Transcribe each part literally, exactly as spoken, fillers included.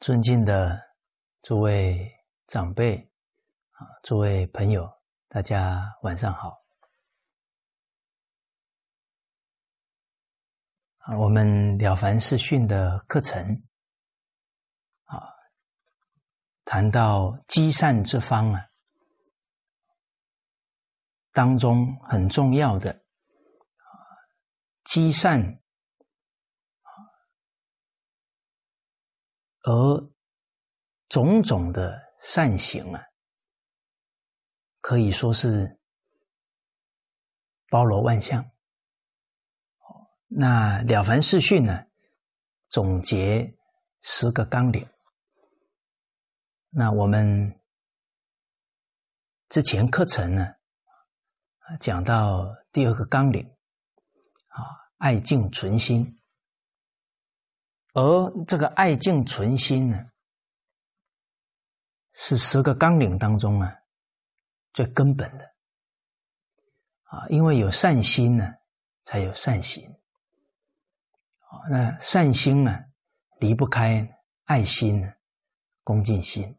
尊敬的诸位长辈啊，诸位朋友，大家晚上好。啊，我们了凡四训的课程啊，谈到积善之方啊，当中很重要的啊，积善啊，而种种的善行啊，可以说是包罗万象。那了凡四训呢，总结十个纲领。那我们之前课程呢，讲到第二个纲领啊，爱敬存心。而这个爱敬存心呢，是十个纲领当中啊最根本的啊，因为有善心呢，才有善行。那善心呢，离不开爱心呢，恭敬心。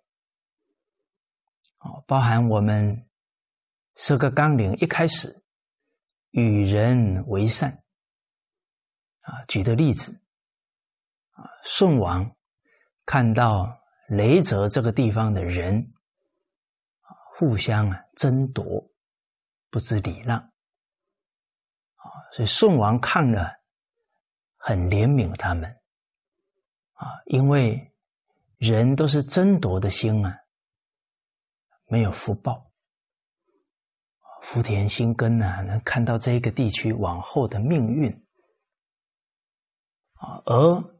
包含我们十个纲领一开始，与人为善啊，举的例子啊，舜王看到雷泽这个地方的人啊，互相啊争夺，不知礼让啊，所以舜王看了很怜悯他们啊，因为人都是争夺的心啊，没有福报。福田心根啊，能看到这个地区往后的命运啊，而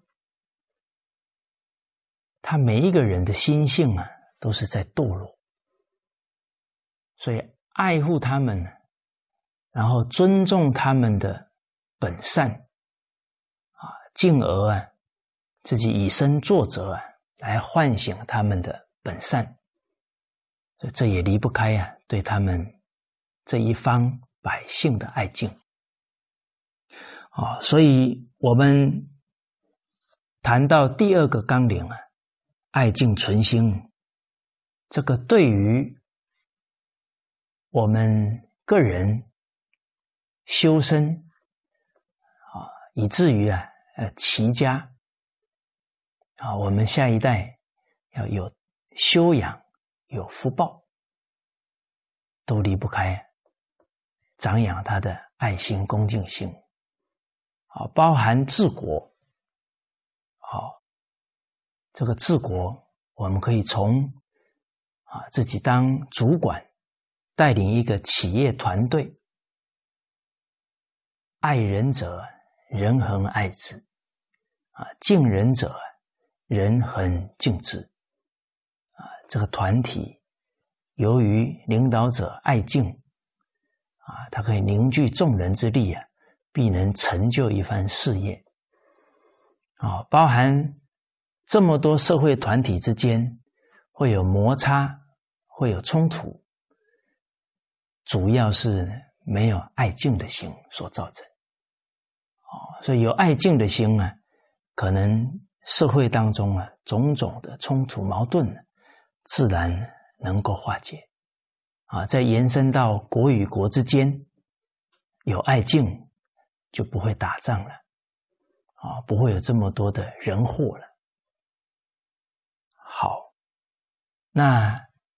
他每一个人的心性啊，都是在堕落，所以爱护他们，然后尊重他们的本善。进而啊，自己以身作则啊，来唤醒他们的本善，这也离不开啊，对他们这一方百姓的爱敬啊。所以我们谈到第二个纲领啊，爱敬存心，这个对于我们个人修身啊，以至于啊。呃，齐家啊，我们下一代要有修养、有福报，都离不开长养他的爱心、恭敬心啊，包含治国。好，这个治国，我们可以从啊自己当主管，带领一个企业团队，爱人者，人恒爱之啊，敬人者，人恒敬之啊。这个团体由于领导者爱敬啊，他可以凝聚众人之力啊，必能成就一番事业啊。包含这么多社会团体之间会有摩擦，会有冲突，主要是没有爱敬的心所造成。所以有爱敬的心啊，可能社会当中啊种种的冲突矛盾自然能够化解啊。再延伸到国与国之间，有爱敬就不会打仗了啊，不会有这么多的人祸了。好，那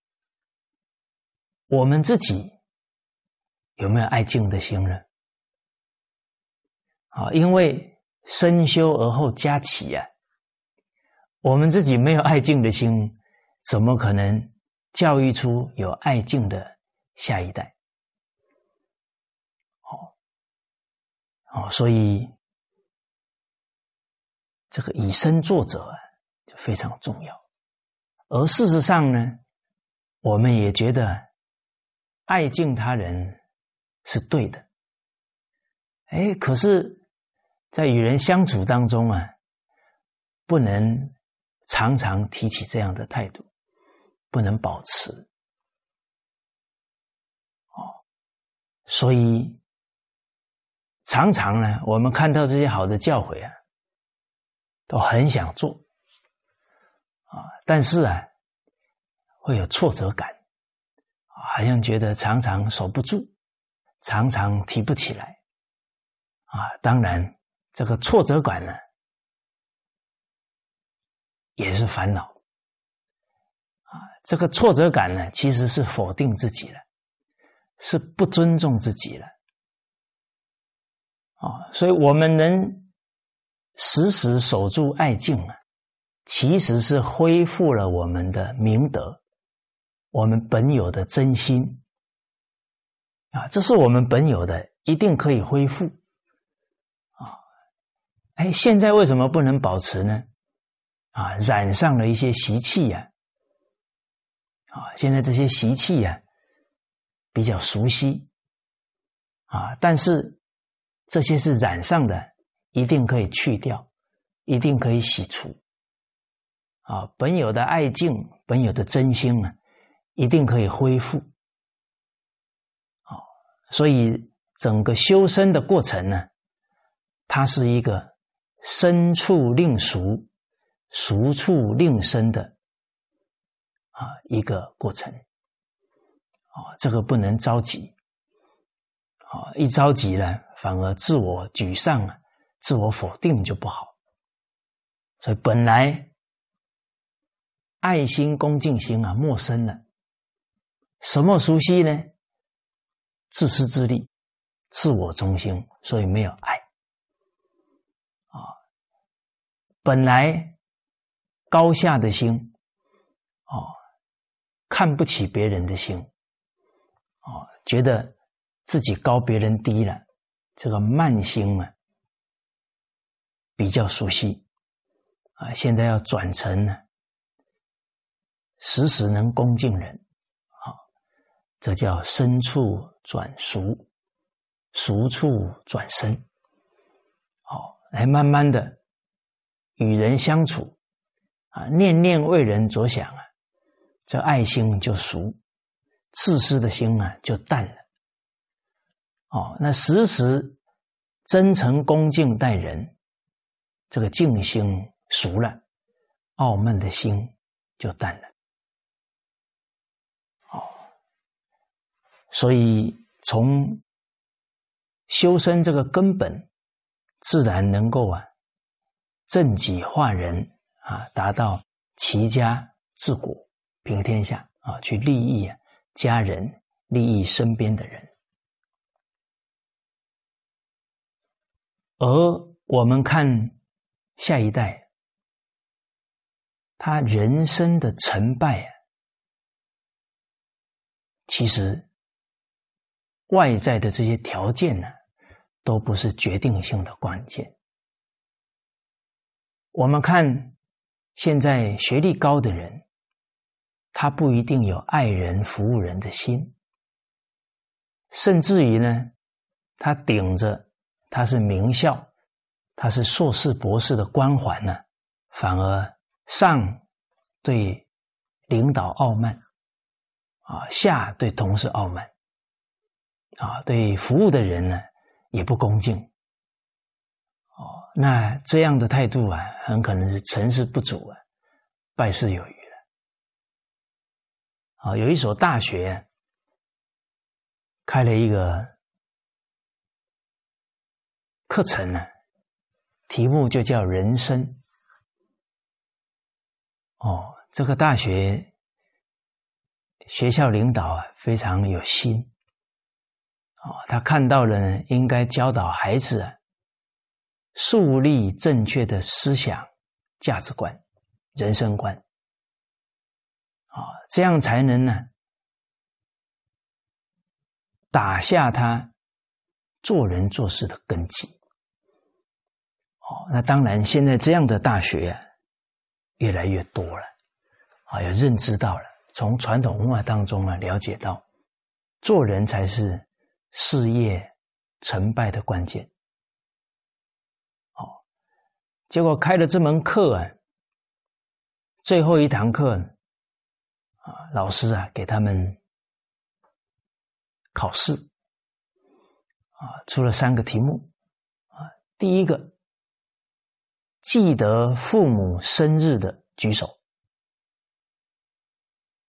我们自己有没有爱敬的心呢？啊，因为身修而后家齐啊，我们自己没有爱敬的心，怎么可能教育出有爱敬的下一代？哦，哦，所以这个以身作则啊，就非常重要。而事实上呢，我们也觉得爱敬他人是对的。哎，可是在与人相处当中啊，不能常常提起这样的态度，不能保持哦。所以常常呢，我们看到这些好的教诲啊，都很想做啊，但是啊，会有挫折感，好像觉得常常守不住，常常提不起来啊。当然，这个挫折感呢，也是烦恼啊。这个挫折感呢，其实是否定自己了，是不尊重自己了啊。所以我们能时时守住爱境啊，其实是恢复了我们的明德，我们本有的真心啊，这是我们本有的，一定可以恢复啊。哎，现在为什么不能保持呢？啊，染上了一些习气呀、啊，啊，现在这些习气呀、啊、比较熟悉啊，但是这些是染上的，一定可以去掉，一定可以洗除啊。本有的爱境，本有的真心啊，一定可以恢复啊。所以整个修身的过程呢，它是一个生处令熟，熟处令生的啊一个过程啊，这个不能着急啊，一着急呢，反而自我沮丧啊，自我否定就不好。所以本来爱心恭敬心啊陌生了，什么熟悉呢？自私自利，自我中心，所以没有爱啊。本来高下的心哦，看不起别人的心哦，觉得自己高别人低了，这个慢心啊比较熟悉啊，现在要转成呢，时时能恭敬人啊，这叫生处转熟，熟处转生哦，来慢慢的与人相处啊，念念为人着想啊，这爱心就熟，自私的心啊就淡了哦。那时时真诚恭敬待人，这个敬心熟了，傲慢的心就淡了哦。所以从修身这个根本，自然能够啊正己化人啊，达到齐家治国平天下啊，去利益啊家人，利益身边的人。而我们看下一代，他人生的成败啊，其实外在的这些条件呢、啊，都不是决定性的关键。我们看现在学历高的人，他不一定有爱人服务人的心，甚至于呢，他顶着他是名校，他是硕士博士的光环呢，反而上对领导傲慢啊，下对同事傲慢啊，对服务的人呢也不恭敬哦。那这样的态度啊，很可能是成事不足啊，败事有余了啊。有一所大学开了一个课程呢、啊，题目就叫人生哦。这个大学学校领导啊非常有心哦，他看到了呢，应该教导孩子啊树立正确的思想、价值观、人生观啊、哦，这样才能呢打下他做人做事的根基。哦，那当然，现在这样的大学啊越来越多了啊，也认知到了，从传统文化当中啊了解到，做人才是事业成败的关键。哦，结果开了这门课啊，最后一堂课啊，老师啊给他们考试啊，出了三个题目啊，第一个，记得父母生日的举手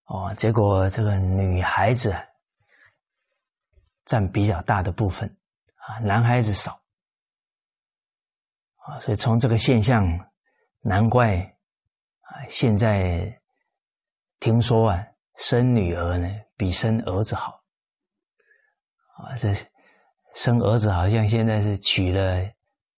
哦，结果这个女孩子占比较大的部分啊，男孩子少啊，所以从这个现象，难怪啊，现在听说啊，生女儿呢比生儿子好啊，这生儿子好像现在是娶了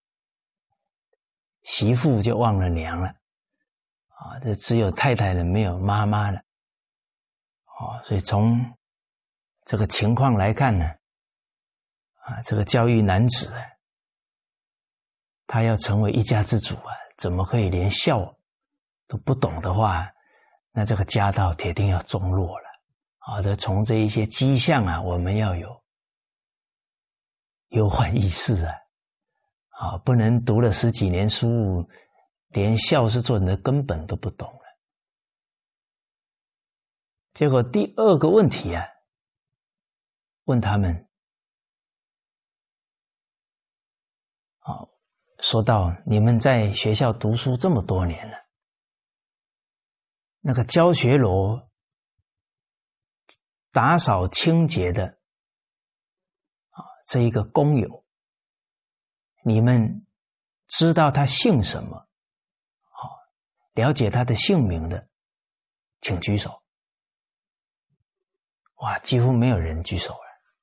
媳妇就忘了娘了啊，这只有太太了，没有妈妈了啊，所以从这个情况来看呢，啊，这个教育男子啊，他要成为一家之主啊，怎么可以连孝都不懂的话，那这个家道铁定要中落了。好的，从这一些迹象啊，我们要有忧患意识啊，啊，不能读了十几年书，连孝是做人的根本都不懂了。结果第二个问题啊，问他们，啊，说到你们在学校读书这么多年了，那个教学楼打扫清洁的啊，这一个工友，你们知道他姓什么？好，了解他的姓名的，请举手。哇，几乎没有人举手了。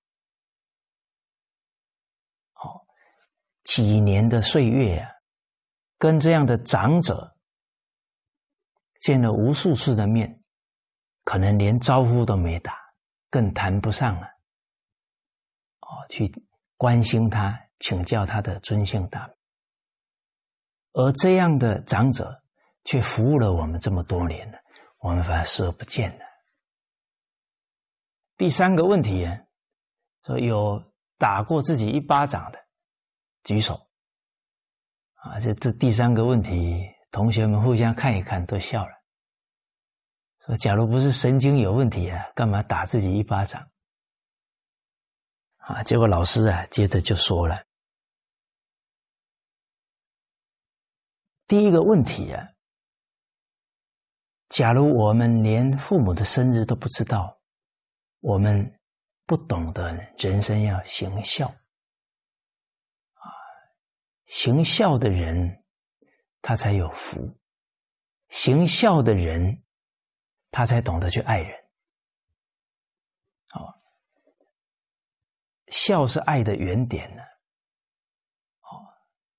好，几年的岁月啊，跟这样的长者见了无数次的面，可能连招呼都没打，更谈不上了。哦，去关心他，请教他的尊姓大名。而这样的长者却服务了我们这么多年了，我们反而视而不见了。第三个问题呢，说有打过自己一巴掌的举手啊，这这第三个问题，同学们互相看一看都笑了，说假如不是神经有问题啊，干嘛打自己一巴掌啊？结果老师啊接着就说了，第一个问题啊，假如我们连父母的生日都不知道，我们不懂得人生要行孝啊，行孝的人他才有福，行孝的人他才懂得去爱人。哦，孝是爱的原点呢。哦，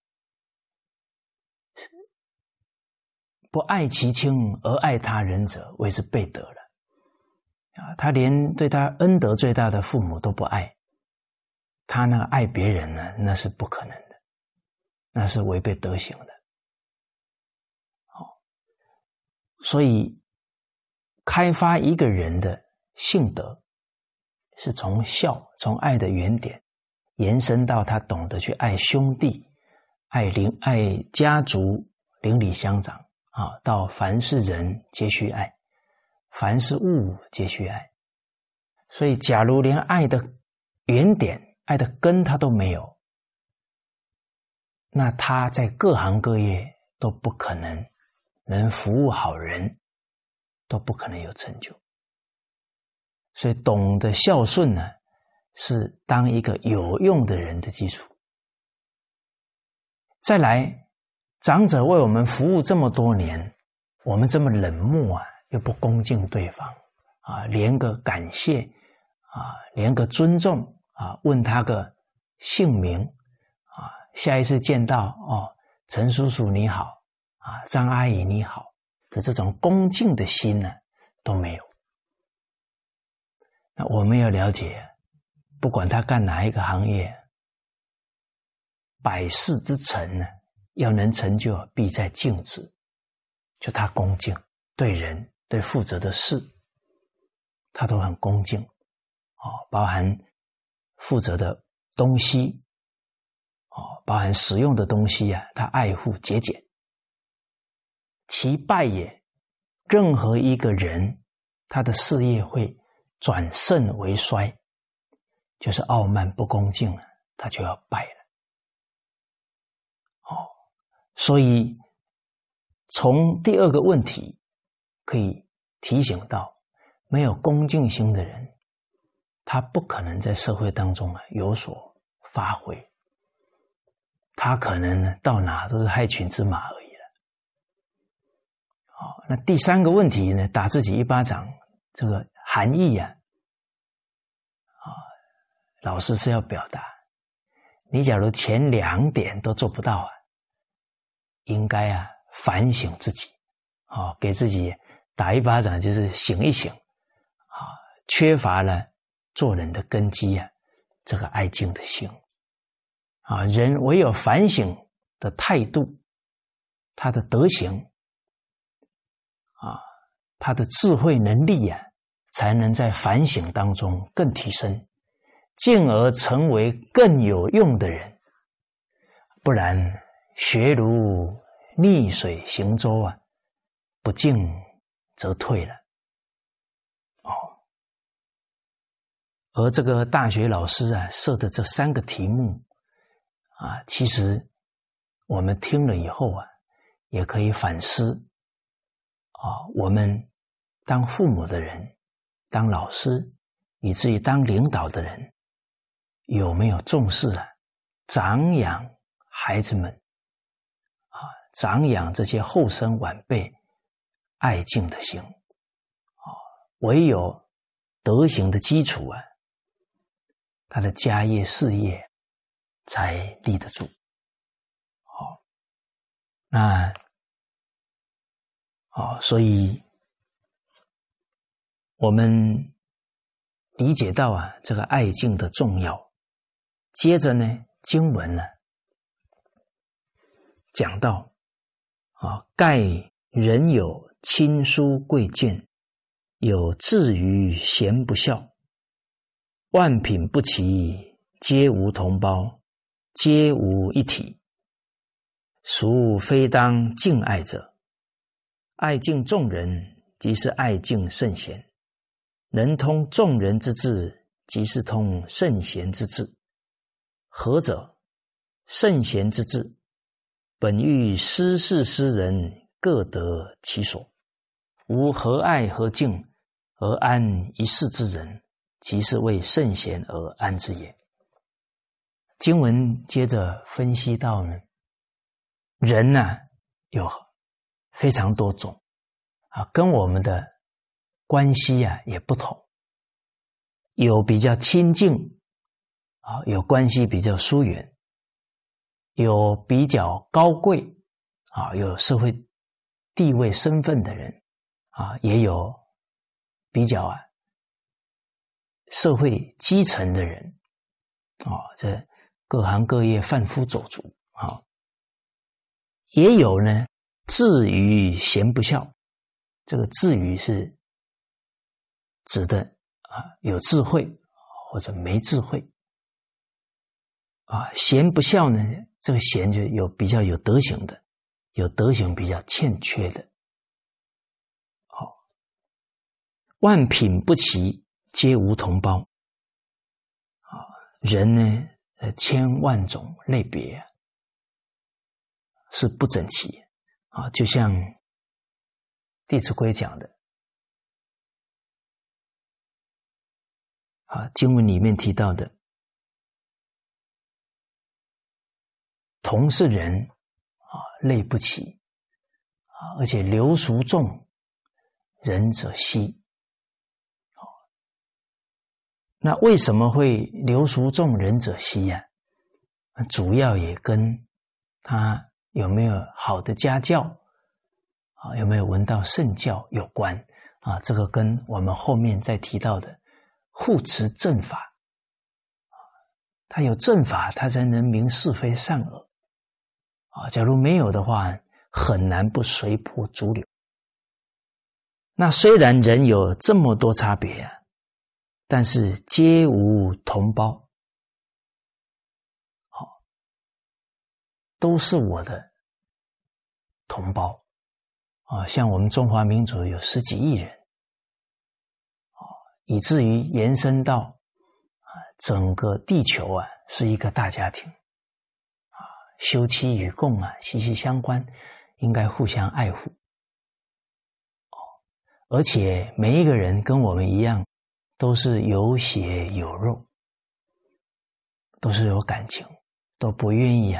不爱其亲而爱他人者，谓之悖德了。啊，他连对他恩德最大的父母都不爱，他呢爱别人呢，那是不可能的，那是违背德行的。好，所以开发一个人的性德，是从孝，从爱的原点延伸到他懂得去爱兄弟、爱邻、爱家族、邻里乡长啊，到凡是人皆须爱。凡是物皆须爱，所以假如连爱的原点、爱的根他都没有，那他在各行各业都不可能能服务好人，都不可能有成就。所以懂得孝顺呢，是当一个有用的人的基础。再来，长者为我们服务这么多年，我们这么冷漠啊，又不恭敬对方啊，连个感谢啊，连个尊重啊，问他个姓名啊，下一次见到哦，陈叔叔你好啊，张阿姨你好的这种恭敬的心呢，都没有。那我们要了解，不管他干哪一个行业，百事之成呢，要能成就，必在敬之，就他恭敬，对人对负责的事，他都很恭敬哦，包含负责的东西哦，包含使用的东西啊，他爱护节俭。其败也，任何一个人他的事业会转盛为衰，就是傲慢不恭敬了，他就要败了。哦，所以从第二个问题可以提醒到， 没有恭敬心的人，他不可能在社会当中啊有所发挥，他可能呢到哪都是害群之马而已了。好，那第三个问题呢，打自己一巴掌，这个含义啊，啊，老师是要表达，你假如前两点都做不到啊，应该啊反省自己，啊，给自己打一巴掌，就是醒一醒，啊，缺乏了做人的根基啊，这个爱敬的心，啊，人唯有反省的态度，他的德行，啊，他的智慧能力啊，才能在反省当中更提升，进而成为更有用的人。不然学如逆水行舟啊，不进则退了。哦，而这个大学老师啊设的这三个题目啊，其实我们听了以后啊，也可以反思啊，我们当父母的人，当老师，以至于当领导的人，有没有重视啊，长养孩子们啊，长养这些后生晚辈爱敬的心啊，唯有德行的基础啊，他的家业事业才立得住。好，那哦，所以我们理解到啊，这个爱敬的重要。接着呢，经文呢讲到啊，盖人有亲疏贵贱，有至于贤不孝，万品不齐，皆无同胞，皆无一体。孰非当敬爱者？爱敬众人，即是爱敬圣贤。能通众人之志，即是通圣贤之志。何者？圣贤之志，本欲施事施人，各得其所。无何爱何敬而安一世之人，即是为圣贤而安之也。经文接着分析到呢，人呢、啊、有非常多种啊，跟我们的关系啊也不同，有比较亲近啊，有关系比较疏远，有比较高贵啊，有社会地位身份的人啊，也有比较啊社会基层的人啊，这各行各业贩夫走卒啊，也有呢至于贤不孝，这个至于是指的啊有智慧或者没智慧啊，贤不孝呢，这个贤就有比较有德行的，有德行比较欠缺的。好，万品不齐，皆无同胞。啊，人呢，呃，千万种类别啊，是不整齐啊，就像《弟子规》讲的啊，经文里面提到的。同是人啊，类不齐啊，而且流俗众，仁者稀。那为什么会流俗众，仁者稀呀、啊？主要也跟他有没有好的家教啊，有没有闻到圣教有关啊。这个跟我们后面再提到的护持正法啊，他有正法，他才能明是非善恶。啊，假如没有的话，很难不随波逐流。那虽然人有这么多差别啊，但是皆无同胞，好，都是我的同胞啊。像我们中华民族有十几亿人，啊，以至于延伸到啊整个地球啊是一个大家庭。休戚与共啊，息息相关，应该互相爱护。哦， 而且每一个人跟我们一样，都是有血有肉，都是有感情，都不愿意啊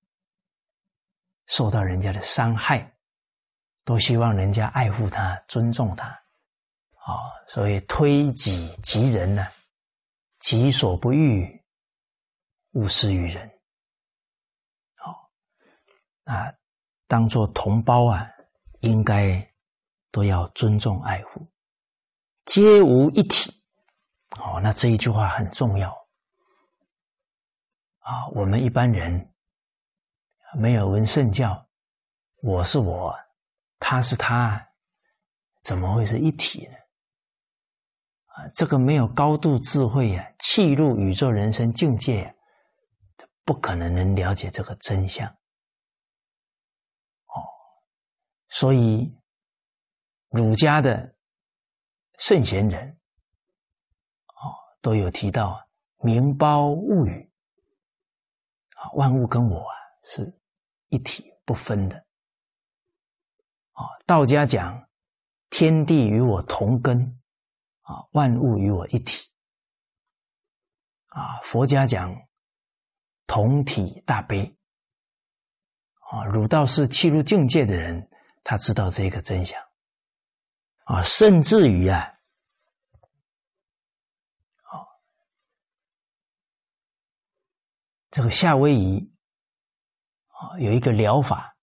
受到人家的伤害，都希望人家爱护他、尊重他。哦，所以推己及人呢、啊，己所不欲，勿施于人。哦，那当作同胞啊，应该都要尊重爱护，皆无一体。哦，那这一句话很重要啊！我们一般人没有闻圣教，我是我，他是他，怎么会是一体呢？啊，这个没有高度智慧啊，契入宇宙人生境界啊，不可能能了解这个真相。哦，所以儒家的圣贤人，哦，都有提到名包物与，啊，万物跟我啊是一体不分的。啊，道家讲天地与我同根，啊，万物与我一体。啊，佛家讲同体大悲。啊，儒道是契入境界的人，他知道这个真相。啊，甚至于啊，啊，这个夏威夷啊有一个疗法，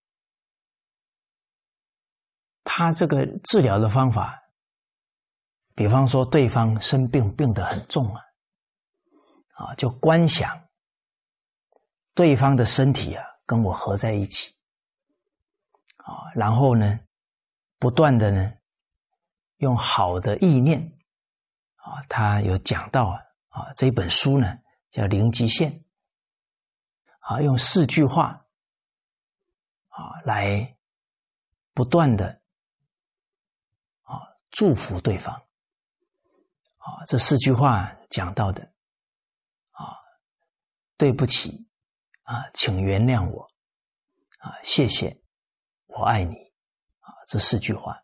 他这个治疗的方法，比方说对方生病病得很重啊，啊，就观想对方的身体啊跟我合在一起，啊，然后呢，不断的呢用好的意念，啊，他有讲到啊，啊这一本书呢叫《零极限》，啊，用四句话，啊，来不断的啊祝福对方，啊，这四句话讲到的，啊，对不起，啊，请原谅我，啊，谢谢，我爱你，啊，这四句话。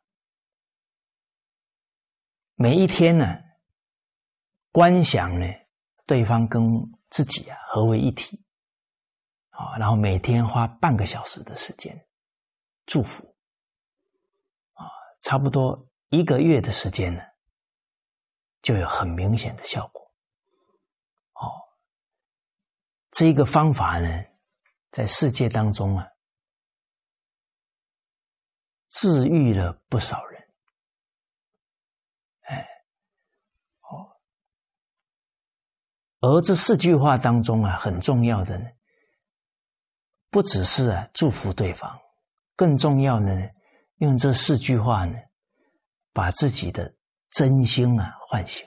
每一天呢，观想呢，对方跟自己啊合为一体，啊，然后每天花半个小时的时间祝福，啊，差不多一个月的时间呢，就有很明显的效果。哦，这个方法呢，在世界当中啊，治愈了不少人。哎，哦，而这四句话当中啊，很重要的呢，不只是啊祝福对方，更重要的呢，用这四句话呢，把自己的真心啊唤醒。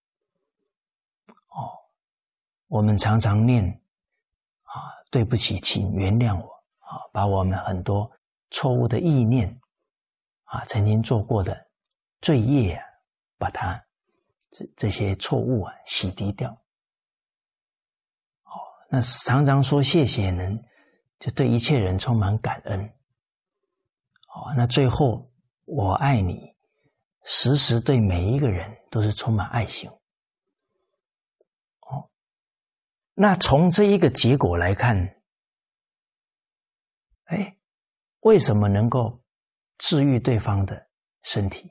哦，我们常常念啊，对不起，请原谅我，啊，把我们很多错误的意念啊，曾经做过的罪业啊，把它这这些错误啊洗涤掉。哦，那常常说谢谢人，就对一切人充满感恩。哦，那最后我爱你，时时对每一个人都是充满爱心。哦，那从这一个结果来看，哎，为什么能够治愈对方的身体？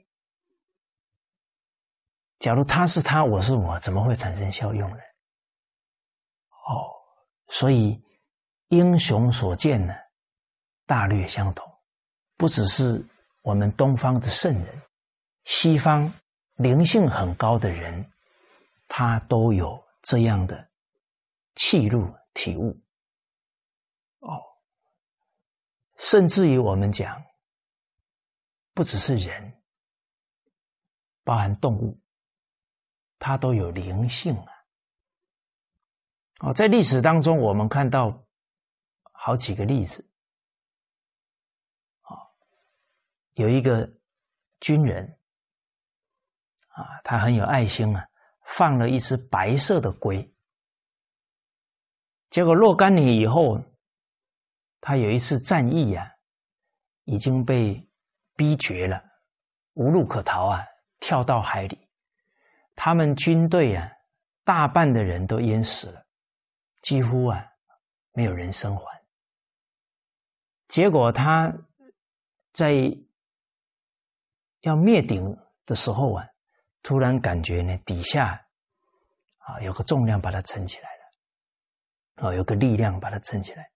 假如他是他，我是我，怎么会产生效用呢？哦，所以英雄所见呢，大略相同。不只是我们东方的圣人，西方灵性很高的人，他都有这样的契入体悟。哦，甚至于我们讲，不只是人，包含动物，它都有灵性啊。哦，在历史当中，我们看到好几个例子。哦，有一个军人啊，他很有爱心啊，放了一只白色的龟。结果若干年以后，他有一次战役啊，已经被逼绝了无路可逃啊，跳到海里。他们军队啊，大半的人都淹死了，几乎啊没有人生还。结果他在要灭顶的时候啊，突然感觉呢底下啊有个重量把它撑起来了，啊有个力量把它撑起来，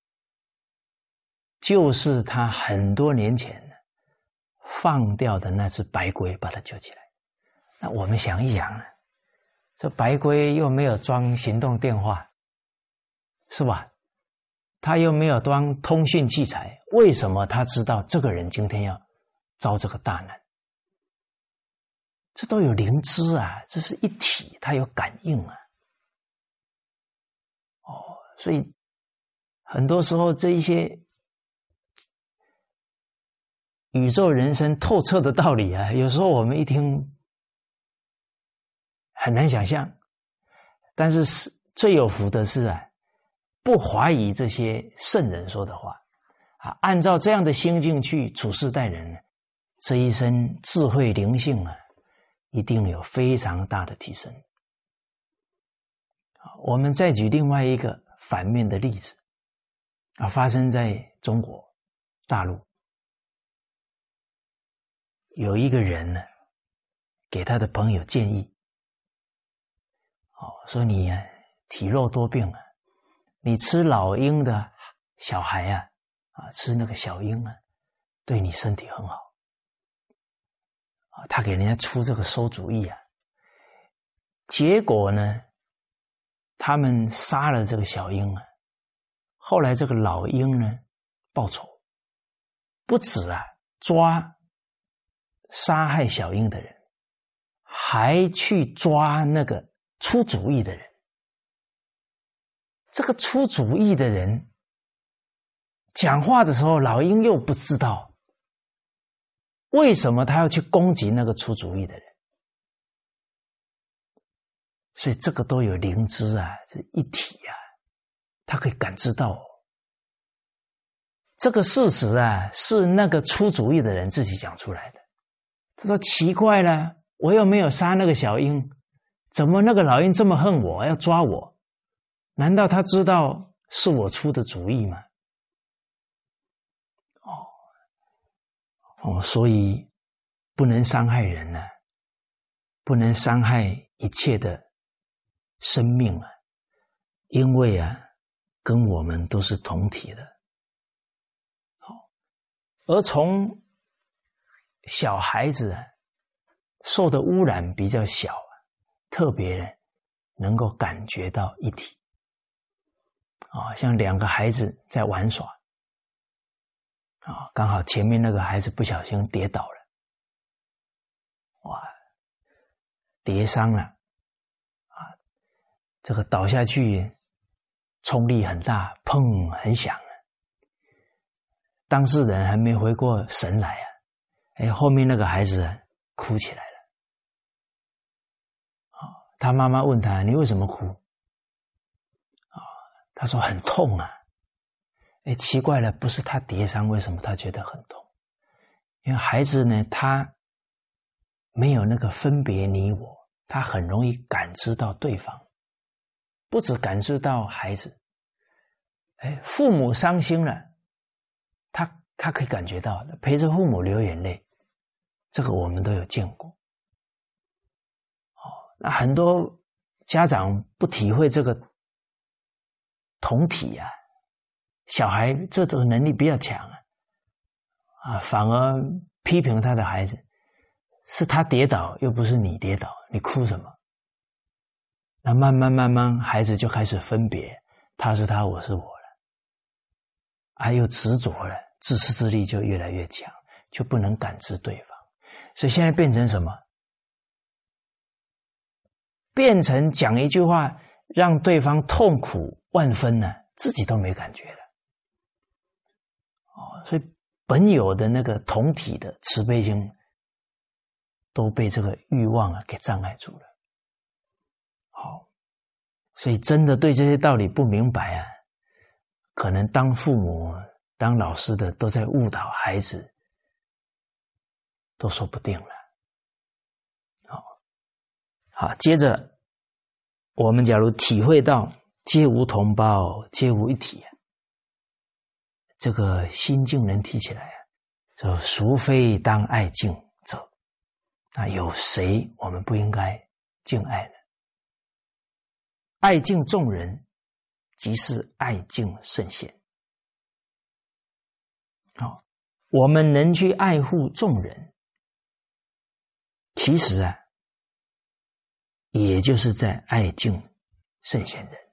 就是他很多年前放掉的那只白龟把它救起来。那我们想一想啊，这白龟又没有装行动电话，是吧？他又没有装通讯器材，为什么他知道这个人今天要遭这个大难？这都有灵知啊，这是一体，它有感应啊。哦，所以很多时候这一些宇宙人生透彻的道理啊，有时候我们一听很难想象，但是是最有福的是啊，不怀疑这些圣人说的话啊，按照这样的心境去处事待人，这一生智慧灵性啊，一定有非常大的提升。我们再举另外一个反面的例子啊，发生在中国大陆，有一个人呢，给他的朋友建议，哦，说你啊体弱多病啊，你吃老鹰的小孩啊，啊吃那个小鹰啊，对你身体很好。啊，他给人家出这个馊主意啊，结果呢，他们杀了这个小鹰啊，后来这个老鹰呢报仇，不止啊抓杀害小鹰的人，还去抓那个出主意的人。这个出主意的人讲话的时候，老鹰又不知道为什么他要去攻击那个出主意的人。所以这个都有灵知啊，这一体啊，他可以感知到、哦、这个事实啊，是那个出主意的人自己讲出来的。他说奇怪了，我又没有杀那个小鹰，怎么那个老鹰这么恨我，要抓我？难道他知道是我出的主意吗？哦哦，所以不能伤害人呢、啊，不能伤害一切的生命啊，因为啊，跟我们都是同体的。好，而从小孩子啊，受的污染比较小啊，特别呢能够感觉到一体。啊、哦，像两个孩子在玩耍，啊、哦，刚好前面那个孩子不小心跌倒了，哇，跌伤了，啊，这个倒下去，冲力很大，砰，很响啊。当事人还没回过神来啊，哎，后面那个孩子哭起来了，啊、哦，他妈妈问他：“你为什么哭？”他说很痛啊，哎，奇怪了，不是他跌伤，为什么他觉得很痛？因为孩子呢，他没有那个分别你我，他很容易感知到对方，不只感知到孩子，哎，父母伤心了，他他可以感觉到，陪着父母流眼泪，这个我们都有见过。哦，那很多家长不体会这个同体啊，小孩这种能力比较强啊，啊，反而批评他的孩子，是他跌倒，又不是你跌倒，你哭什么？那慢慢慢慢，孩子就开始分别，他是他，我是我了，还有执着了，自私自利就越来越强，就不能感知对方，所以现在变成什么？变成讲一句话，让对方痛苦万分呢，自己都没感觉了。哦，所以本有的那个同体的慈悲心都被这个欲望啊给障碍住了。好，所以真的对这些道理不明白啊，可能当父母当老师的都在误导孩子都说不定了。好，好，接着我们假如体会到皆无同胞，皆无一体，这个心境能提起来啊，说孰非当爱敬者，那有谁我们不应该敬爱呢？爱敬众人，即是爱敬圣贤。好，我们能去爱护众人，其实啊，也就是在爱敬圣贤人。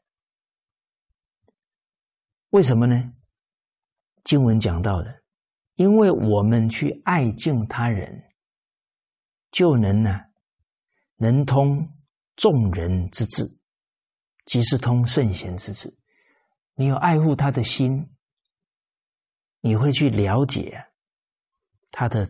为什么呢？经文讲到的，因为我们去爱敬他人，就能呢，能通众人之志，即是通圣贤之志。你有爱护他的心，你会去了解他的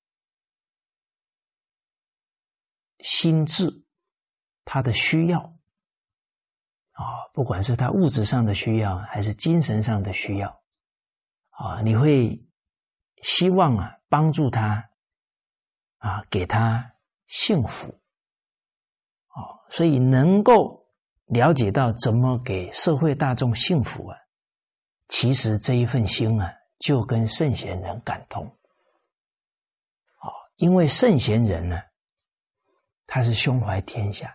心智，他的需要啊，不管是他物质上的需要，还是精神上的需要啊，你会希望啊帮助他啊，给他幸福啊，所以能够了解到怎么给社会大众幸福啊，其实这一份心啊，就跟圣贤人感通啊，因为圣贤人呢，他是胸怀天下。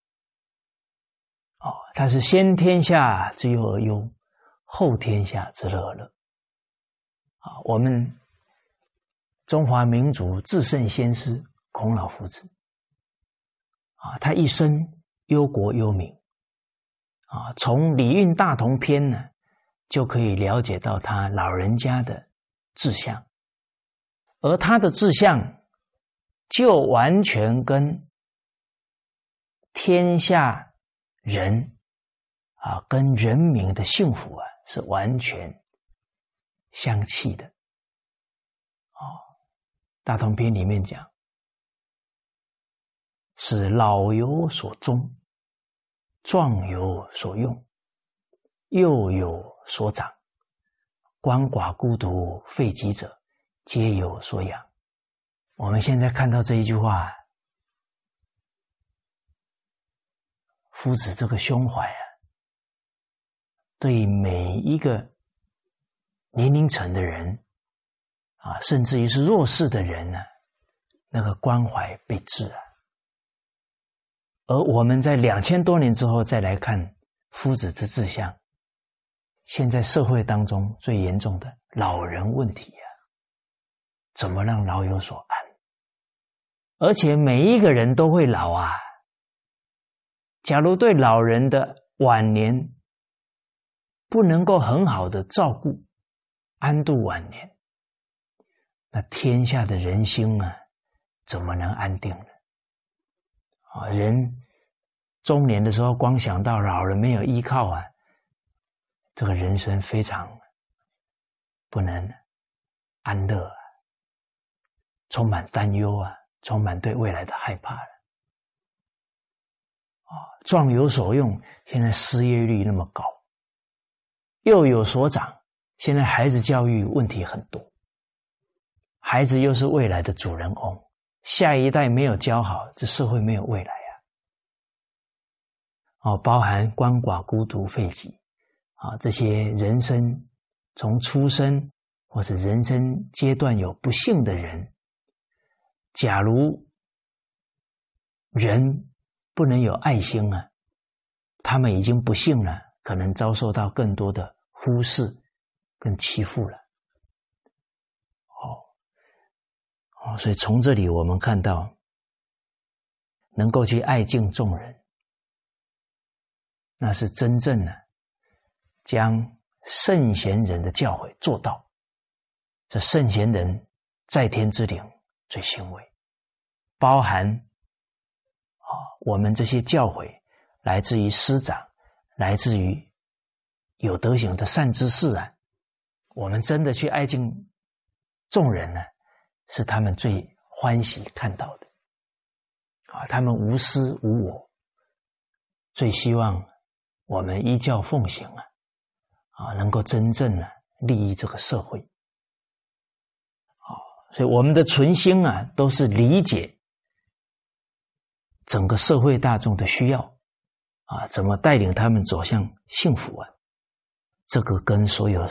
哦，他是先天下之忧而忧，后天下之乐而乐。啊，我们中华民族至圣先师孔老夫子，啊，他一生忧国忧民，啊，从《礼运大同篇》呢，就可以了解到他老人家的志向，而他的志向就完全跟天下人啊，跟人民的幸福啊，是完全相契的。哦，大同篇里面讲，是老有所终，壮有所用，幼有所长，鳏寡孤独废疾者，皆有所养。我们现在看到这一句话，夫子这个胸怀啊，对每一个年龄层的人啊，甚至于是弱势的人呢、啊，那个关怀备至啊。而我们在两千多年之后再来看夫子之志向，现在社会当中最严重的老人问题啊，怎么让老有所安？而且每一个人都会老啊。假如对老人的晚年不能够很好的照顾，安度晚年，那天下的人心啊，怎么能安定呢？啊，人中年的时候，光想到老人没有依靠啊，这个人生非常不能安乐啊，充满担忧啊，充满对未来的害怕了。啊，壮有所用，现在失业率那么高，幼有所长，现在孩子教育问题很多，孩子又是未来的主人翁，下一代没有教好，这社会没有未来啊。哦，包含鳏寡孤独废疾啊，这些人生从出生或者人生阶段有不幸的人，假如人不能有爱心啊，他们已经不幸了，可能遭受到更多的忽视跟欺负了。哦，哦，所以从这里我们看到，能够去爱敬众人，那是真正的将圣贤人的教诲做到。这圣贤人在天之灵最欣慰，包含我们这些教诲来自于师长，来自于有德行的善知识啊，我们真的去爱敬众人呢、啊，是他们最欢喜看到的啊，他们无私无我，最希望我们依教奉行啊，啊，能够真正的利益这个社会啊， 所以我们的存心啊，都是理解整个社会大众的需要啊，怎么带领他们走向幸福啊？这个跟所有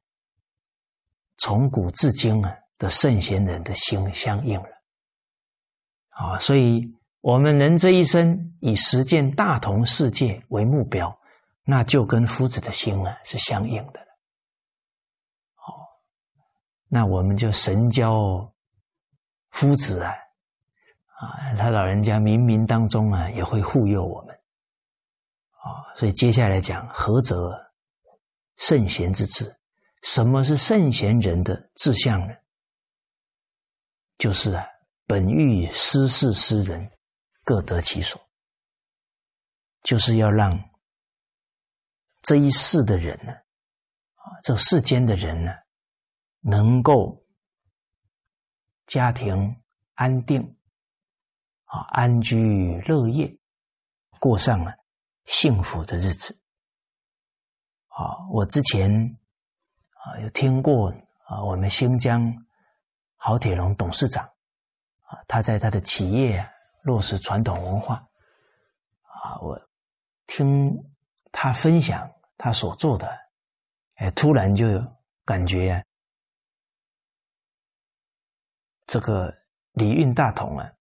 从古至今啊的圣贤人的心相应了啊，所以我们人这一生以实践大同世界为目标，那就跟夫子的心啊是相应的了。好，那我们就神交夫子啊，啊，他老人家冥冥当中啊也会护佑我们啊，所以接下来讲何则圣贤之志？什么是圣贤人的志向呢？就是啊，本欲施世施人，各得其所，就是要让这一世的人呢，啊，这世间的人呢，能够家庭安定，啊，安居乐业，过上了幸福的日子。啊，我之前啊有听过啊，我们新疆郝铁龙董事长啊，他在他的企业啊落实传统文化啊，我听他分享他所做的，哎，突然就感觉啊，这个礼运大同啊，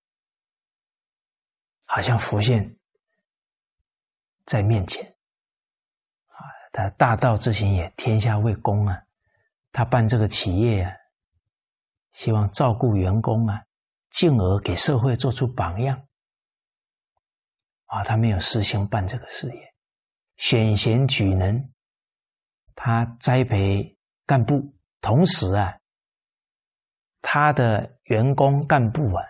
好像浮现在面前啊，他大道之行也，天下为公啊，他办这个企业啊，希望照顾员工啊，进而给社会做出榜样啊，他没有私心办这个事业，选贤举能，他栽培干部，同时啊，他的员工干部啊，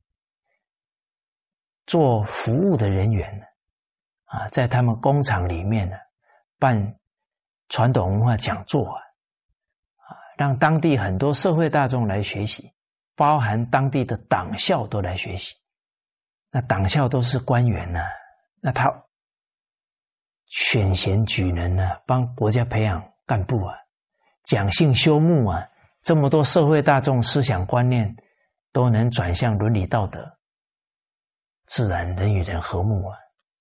做服务的人员呢，啊，在他们工厂里面呢，办传统文化讲座啊，啊，让当地很多社会大众来学习，包含当地的党校都来学习。那党校都是官员呢、啊，那他选贤举能呢、啊，帮国家培养干部啊，讲信修睦啊，这么多社会大众思想观念都能转向伦理道德，自然人与人和睦啊。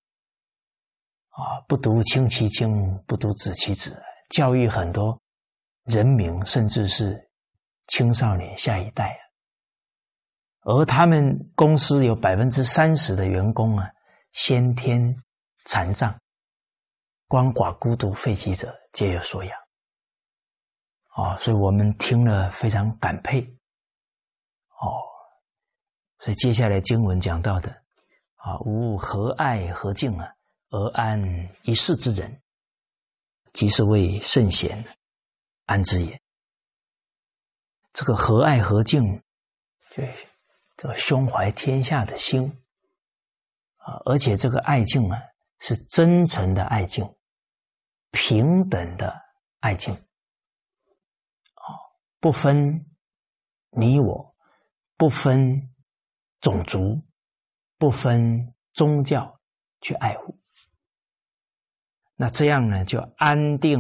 啊，不独亲其亲，不独子其子，教育很多人民，甚至是青少年下一代啊。而他们公司有百分之三十的员工啊，先天残障，鳏寡孤独废疾者皆有所养。哦，所以我们听了非常感佩。哦，所以接下来经文讲到的啊，吾何爱何敬啊，而安一世之人，即是为圣贤安之也。这个和爱和敬，就这个胸怀天下的心啊，而且这个爱敬啊，是真诚的爱敬，平等的爱敬，啊，不分你我，不分种族，不分宗教去爱护。那这样呢，就安定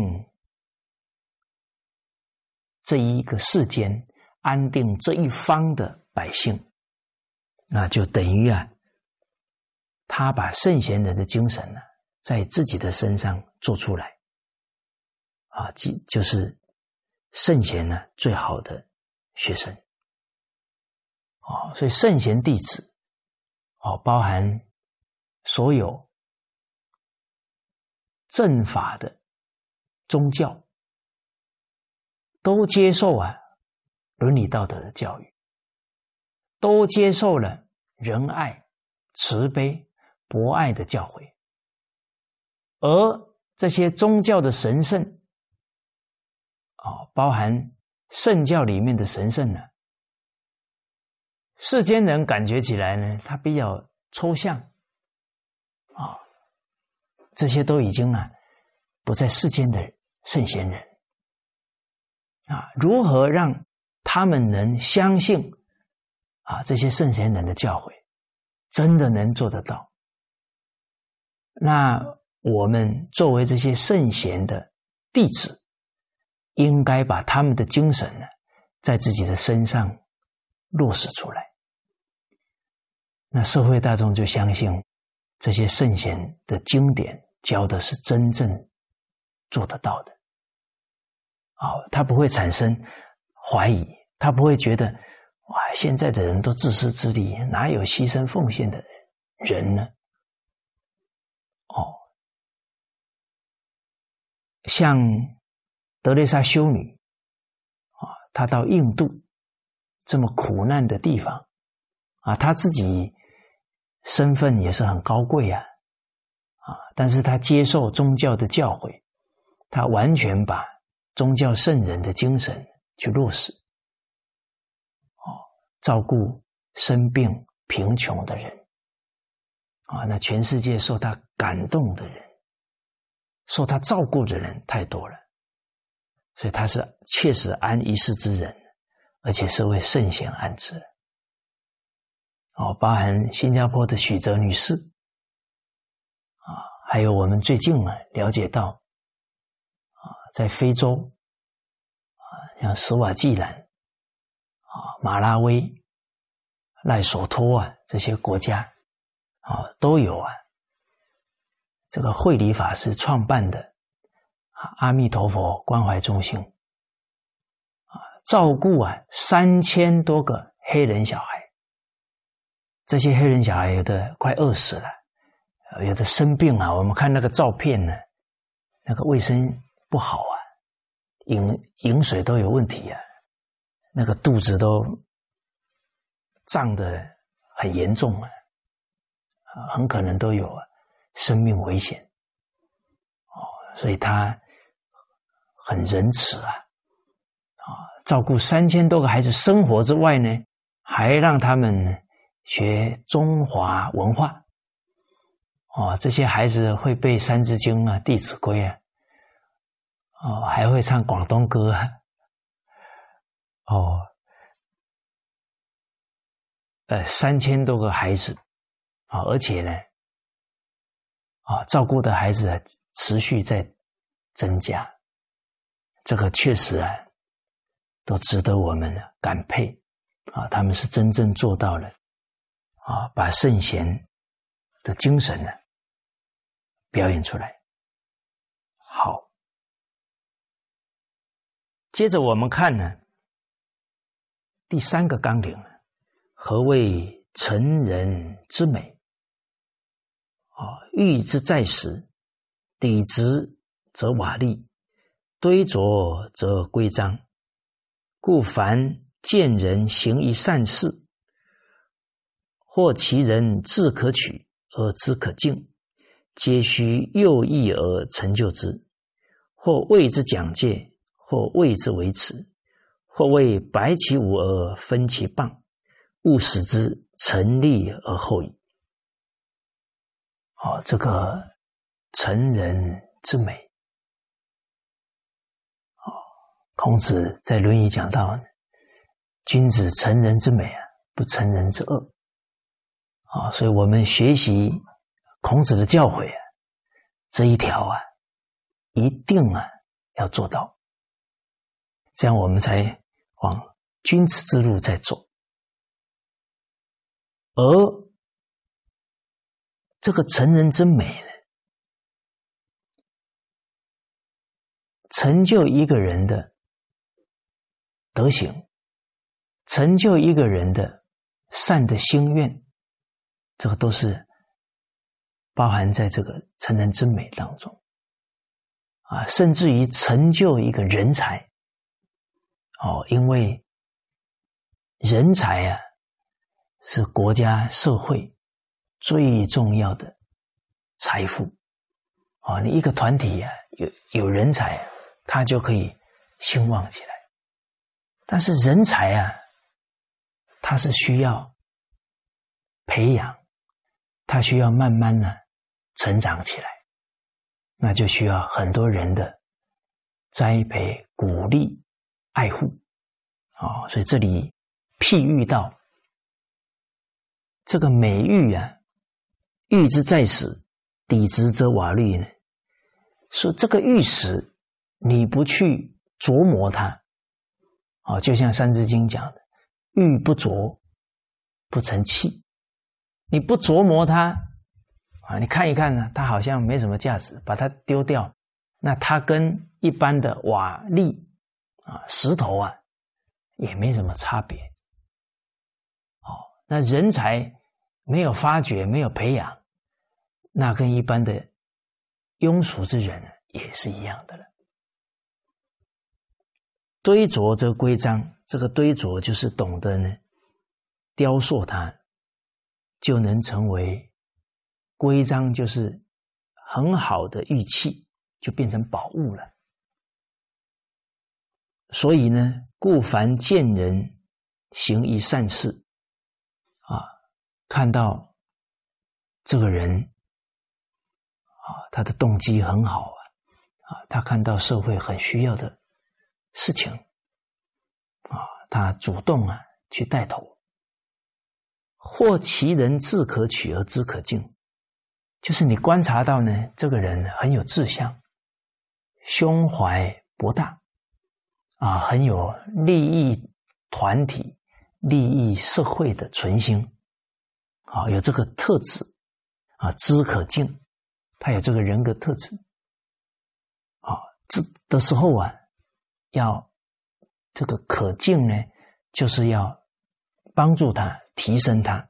这一个世间，安定这一方的百姓，那就等于啊，他把圣贤人的精神呢，在自己的身上做出来啊，即就是圣贤呢最好的学生啊，所以圣贤弟子哦，包含所有正法的宗教，都接受啊伦理道德的教育，都接受了仁爱、慈悲、博爱的教诲。而这些宗教的神圣哦，包含圣教里面的神圣呢，世间人感觉起来呢，它比较抽象啊，哦，这些都已经啊不在世间的圣贤人啊，如何让他们能相信啊这些圣贤人的教诲，真的能做得到？那我们作为这些圣贤的弟子，应该把他们的精神呢在自己的身上落实出来。那社会大众就相信这些圣贤的经典教的是真正做得到的。哦，他不会产生怀疑，他不会觉得哇，现在的人都自私自利，哪有牺牲奉献的人呢？哦，像德蕾莎修女啊，她到印度这么苦难的地方啊，她自己身份也是很高贵啊，啊，但是她接受宗教的教诲，她完全把宗教圣人的精神去落实，哦，照顾生病贫穷的人啊，那全世界受她感动的人，受她照顾的人太多了，所以她是确实安一世之人，而且是为圣贤安置的。哦，包含新加坡的许哲女士啊，还有我们最近啊了解到啊，在非洲啊，像斯瓦季兰啊、马拉威、赖索托啊这些国家啊都有啊这个慧理法师创办的啊阿弥陀佛关怀中心啊，照顾啊三千多个黑人小孩。这些黑人小孩有的快饿死了，有的生病啊，我们看那个照片呢，那个卫生不好啊，饮饮水都有问题啊，那个肚子都胀得很严重啊，很可能都有生命危险。哦，所以他很仁慈啊，啊，照顾三千多个孩子生活之外呢，还让他们学中华文化。哦，这些孩子会背三字经啊、弟子规啊，哦，还会唱广东歌啊，哦，呃，三千多个孩子啊，而且呢，啊，照顾的孩子持续在增加，这个确实啊，都值得我们感佩啊，他们是真正做到了啊，把圣贤的精神呢表演出来。好，接着我们看呢，第三个纲领，何谓成人之美？啊，欲之在时，砥直则瓦砾，堆着则规章。故凡见人行一善事，或其人志可取而知可敬，皆须诱意而成就之，或为之讲戒，或为之维持，或为摆其舞而分其棒，勿使之成立而后已。哦，这个成人之美，哦，孔子在《论语》讲到，君子成人之美啊，不成人之恶。啊，所以我们学习孔子的教诲啊，这一条啊，一定啊要做到，这样我们才往君子之路在走。而这个成人之美呢，成就一个人的德行，成就一个人的善的心愿，这个都是包含在这个成人之美当中啊，甚至于成就一个人才哦，因为人才啊是国家社会最重要的财富哦，你一个团体啊有有人才啊，他就可以兴旺起来。但是人才啊，他是需要培养，他需要慢慢呢成长起来，那就需要很多人的栽培、鼓励、爱护哦，所以这里譬喻到这个美玉啊，玉之在史，砥直则瓦砾呢，说这个玉石你不去琢磨它哦，就像《三字经》讲的，玉不琢不成器。你不琢磨它啊，你看一看呢，它好像没什么价值，把它丢掉，那它跟一般的瓦砾啊、石头啊也没什么差别。哦，那人才没有发掘，没有培养，那跟一般的庸俗之人也是一样的了。堆琢则规章，这个堆琢就是懂得呢雕塑它，就能成为规章，就是很好的玉器，就变成宝物了。所以呢，故凡见人行一善事啊，看到这个人啊，他的动机很好啊，啊，他看到社会很需要的事情啊，他主动啊去带头。或其人志可取而知可敬，就是你观察到呢，这个人很有志向，胸怀博大啊，很有利益团体、利益社会的存心啊，有这个特质啊，知可敬，他有这个人格特质啊，这的时候啊，要这个可敬呢，就是要帮助他，提升他。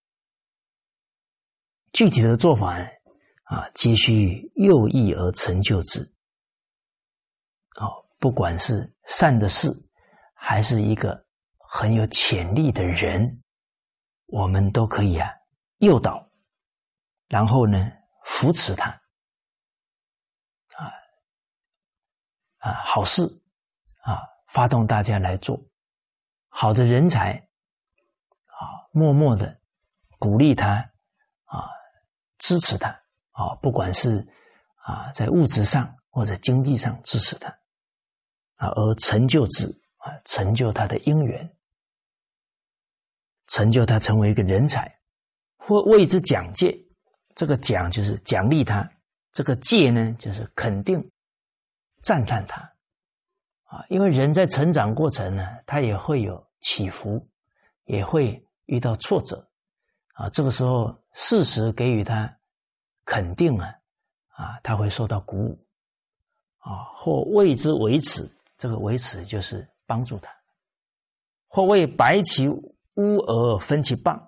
具体的做法呢，啊，皆须诱益而成就之。哦，不管是善的事，还是一个很有潜力的人，我们都可以啊诱导，然后呢扶持他。啊啊，好事啊，发动大家来做。好的人才啊，默默的鼓励他啊，支持他啊，不管是啊在物质上或者经济上支持他啊，而成就之啊，成就他的因缘，成就他成为一个人才，或为之奖戒。这个奖就是奖励他，这个戒呢就是肯定、赞叹他啊。因为人在成长过程呢，他也会有起伏，也会遇到挫折啊。这个时候适时给予他肯定啊，啊，他会受到鼓舞啊。或为之维持，这个维持就是帮助他；或为白其污而分其谤。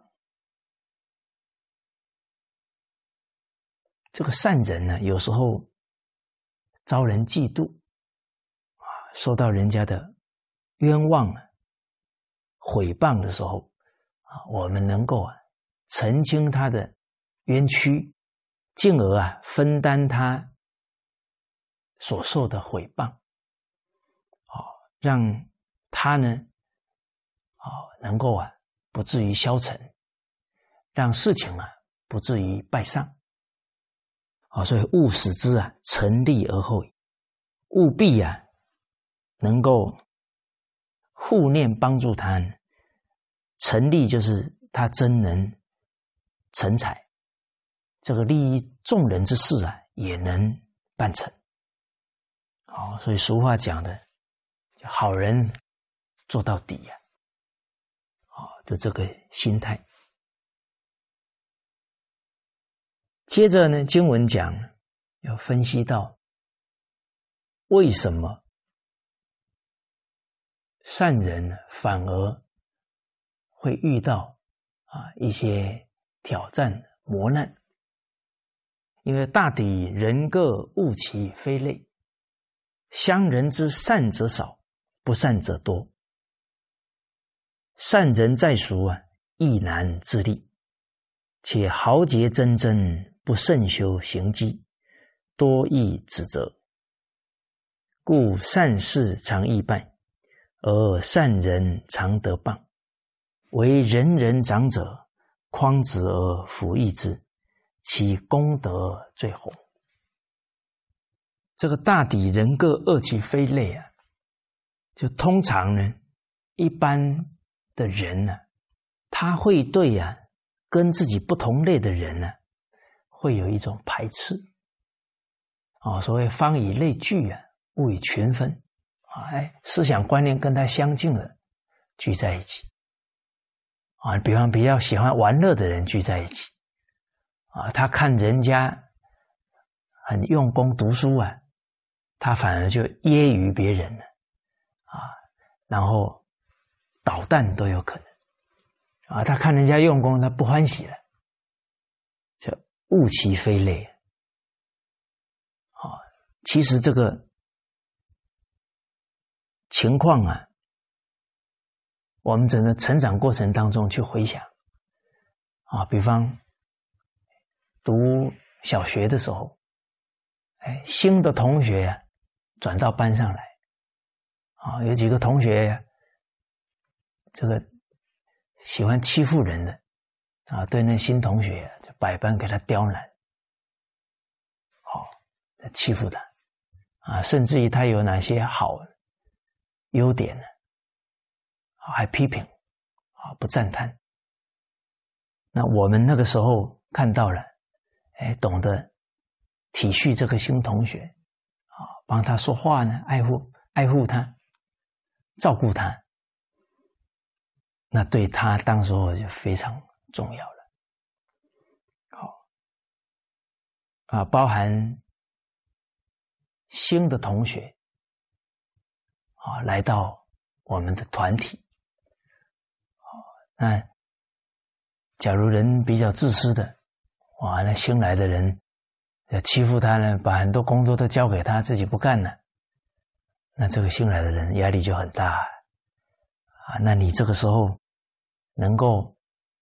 这个善人呢，有时候遭人嫉妒啊，受到人家的冤枉啊、毁谤的时候啊，我们能够啊澄清他的冤屈，进而啊分担他所受的毁谤，啊，让他呢啊能够啊不至于消沉，让事情啊不至于败上。啊，所以勿使之啊成立而后已，务必啊能够护念帮助他，成立就是他真能成才，这个利益众人之事啊也能办成。好，所以俗话讲的好人做到底啊，好的这个心态。接着呢，经文讲要分析到为什么善人反而会遇到啊一些挑战磨难。因为大抵人各物其非类，乡人之善者少，不善者多。善人在俗啊，亦难自立，且豪杰铮铮，不慎修行机，多易指责。故善事常易败，而善人常得谤。为人人长者，匡直而辅益之，其功德最宏。这个大抵人各恶其非类啊，就通常呢，一般的人呢、啊，他会对啊跟自己不同类的人呢、啊，会有一种排斥。哦，所谓方以类聚啊，物以群分啊，哎，思想观念跟他相近的聚在一起啊，比方比较喜欢玩乐的人聚在一起啊，他看人家很用功读书啊，他反而就揶揄别人了啊，然后捣蛋都有可能啊，他看人家用功，他不欢喜了，就物其非类啊。其实这个情况啊，我们整个成长过程当中去回想啊，比方读小学的时候，哎，新的同学啊转到班上来啊，有几个同学这个喜欢欺负人的啊，对那新同学就百般给他刁难，好，欺负他啊，甚至于他有哪些好优点呢，还批评啊，不赞叹。那我们那个时候看到了，哎，懂得体恤这个新同学啊，帮他说话呢，爱护爱护他，照顾他，那对他当时候就非常重要了。好啊，包含新的同学啊，来到我们的团体啊，那假如人比较自私的，哇，那新来的人要欺负他呢，把很多工作都交给他，自己不干了，那这个新来的人压力就很大啊。那你这个时候能够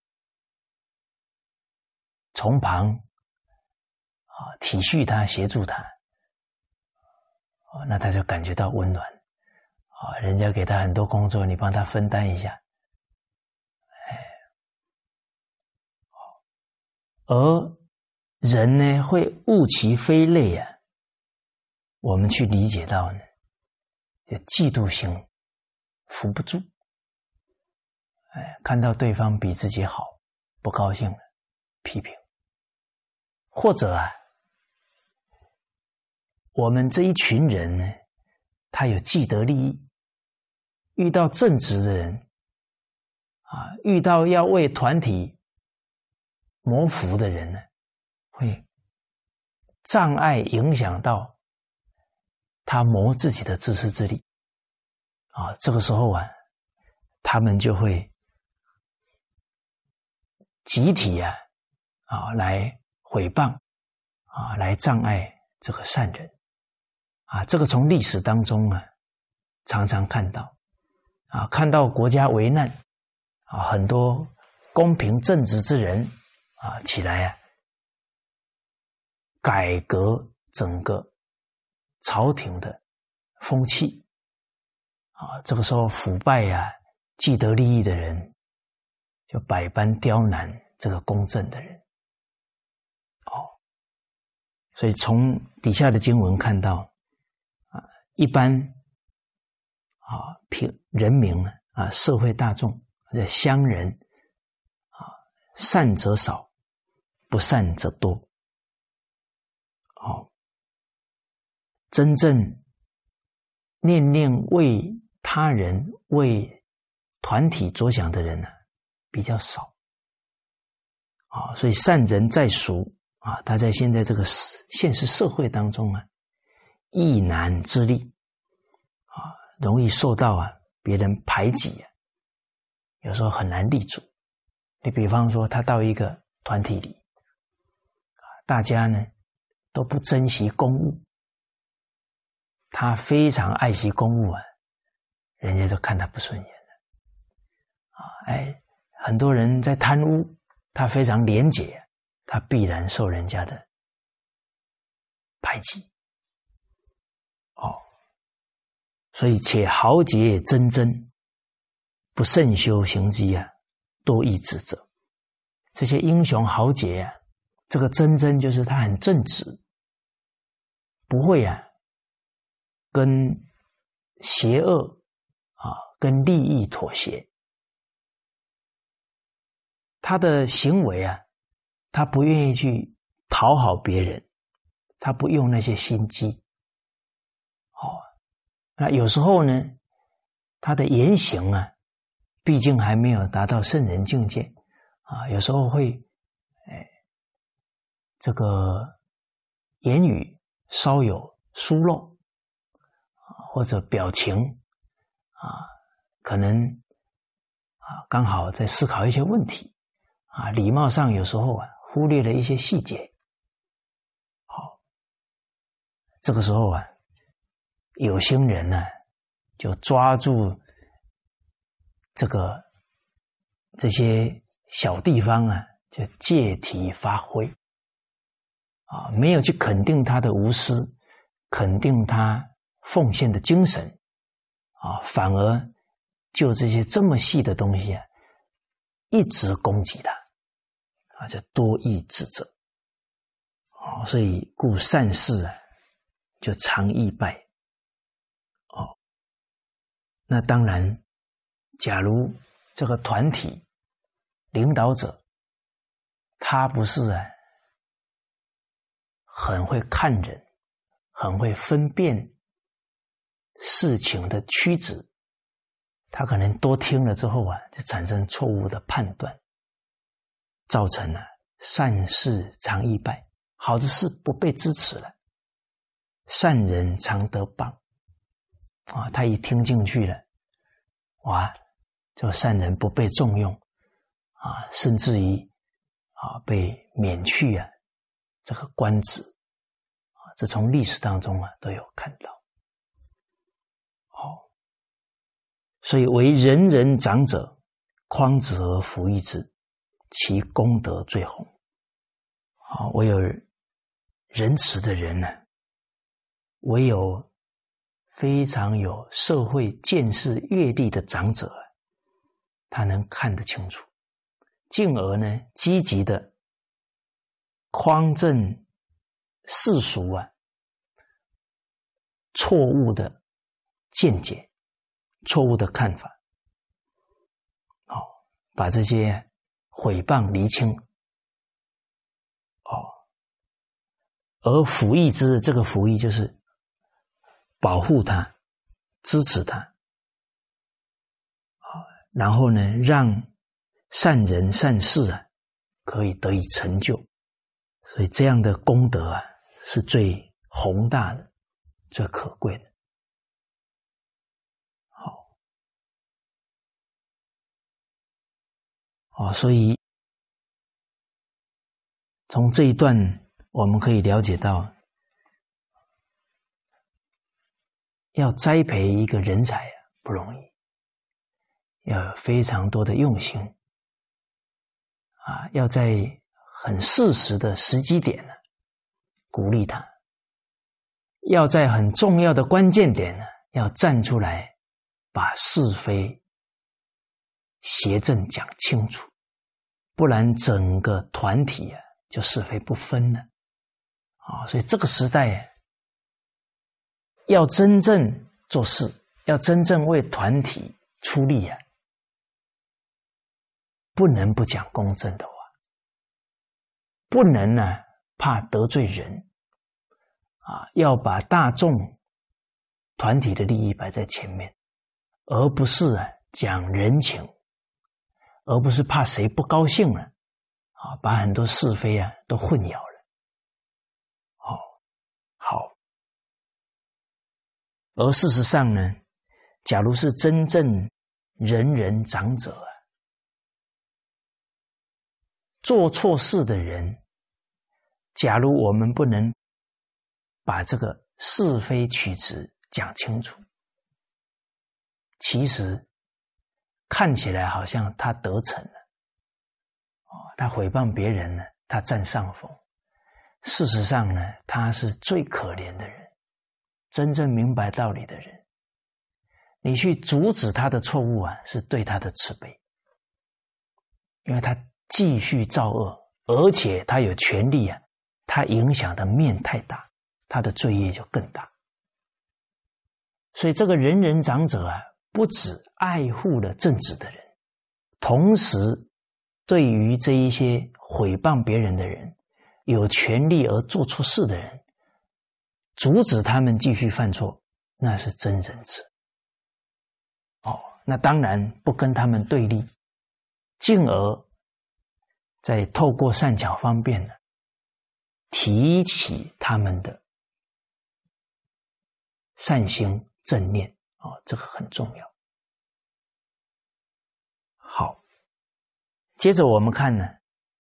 从旁啊体恤他，协助他，那他就感觉到温暖啊。人家给他很多工作，你帮他分担一下，哎，而人呢会物其非类啊，我们去理解到呢，就嫉妒心扶不住，哎，看到对方比自己好，不高兴了，批评，或者啊，我们这一群人呢，他有既得利益，遇到正直的人啊，遇到要为团体谋福的人呢，会障碍影响到他谋自己的自私自利啊。这个时候啊，他们就会集体啊啊来毁谤啊，来障碍这个善人啊。这个从历史当中啊常常看到啊，看到国家危难啊，很多公平正直之人啊起来啊，改革整个朝廷的风气啊。这个时候腐败啊、既得利益的人就百般刁难这个公正的人。哦，所以从底下的经文看到啊，一般啊平人民啊，社会大众或者乡人啊，善则少，不善则多。哦，真正念念为他人、为团体着想的人呢、啊，比较少啊。所以善人在俗啊，他在现在这个现实社会当中啊，易难之力啊，容易受到啊别人排挤啊，有时候很难立足。你比方说，他到一个团体里啊，大家呢都不珍惜公务，他非常爱惜公务啊，人家就看他不顺眼了啊。哎，很多人在贪污，他非常廉洁，他必然受人家的排挤。哦，所以且豪杰真真，不慎修行机啊，多易指责。这些英雄豪杰啊，这个真真就是他很正直，不会啊跟邪恶啊跟利益妥协。他的行为啊，他不愿意去讨好别人，他不用那些心机。哦， 那有时候呢，他的言行啊，毕竟还没有达到圣人境界啊，有时候会，哎，这个言语稍有疏漏啊，或者表情啊，可能啊刚好在思考一些问题啊，礼貌上有时候啊忽略了一些细节。好，这个时候啊，有心人呢、啊、就抓住这个这些小地方啊，就借题发挥啊，没有去肯定他的无私，肯定他奉献的精神啊，反而就这些这么细的东西啊，一直攻击他啊，就多益智者啊，所以故善事啊，就常易败哦。那当然，假如这个团体领导者他不是啊很会看人，很会分辨事情的曲直，他可能多听了之后啊，就产生错误的判断，造成了、啊、善事常易败，好的事不被支持了，善人常得谤啊，他一听进去了，哇，这个善人不被重用啊，甚至于啊被免去啊这个官职啊，这从历史当中啊都有看到。哦，所以为人人长者，匡子而辅益之，其功德最宏。啊，唯有仁慈的人呢、啊，唯有非常有社会见识阅历的长者、啊，他能看得清楚，进而呢积极的匡正世俗啊错误的见解、错误的看法，哦，把这些毁谤厘清，哦，而辅益之，这个辅益就是保护他、支持他，哦，然后呢，让善人善事啊可以得以成就，所以这样的功德啊是最宏大的、最可贵的。好，哦，所以从这一段我们可以了解到，要栽培一个人才啊不容易，要有非常多的用心啊，要在很适时的时机点呢鼓励他，要在很重要的关键点呢要站出来把是非邪正讲清楚，不然整个团体啊就是非不分了啊。所以这个时代啊，要真正做事，要真正为团体出力啊，不能不讲公正的话，不能呢、啊、怕得罪人啊，要把大众团体的利益摆在前面，而不是啊讲人情，而不是怕谁不高兴了啊，把很多是非啊都混淆了。哦，好。而事实上呢，假如是真正人人长者啊，做错事的人，假如我们不能把这个是非曲直讲清楚，其实看起来好像他得逞了，哦，他诽谤别人呢，他占上风。事实上呢，他是最可怜的人，真正明白道理的人。你去阻止他的错误啊，是对他的慈悲，因为他继续造恶，而且他有权利啊，他影响的面太大，他的罪业就更大。所以这个人人长者啊，不只爱护了正直的人，同时对于这一些毁谤别人的人，有权利而做错事的人，阻止他们继续犯错， 那是真仁慈。哦，那当然不跟他们对立，进而再透过善巧方便呢，提起他们的善心正念。哦，这个很重要。好，接着我们看呢，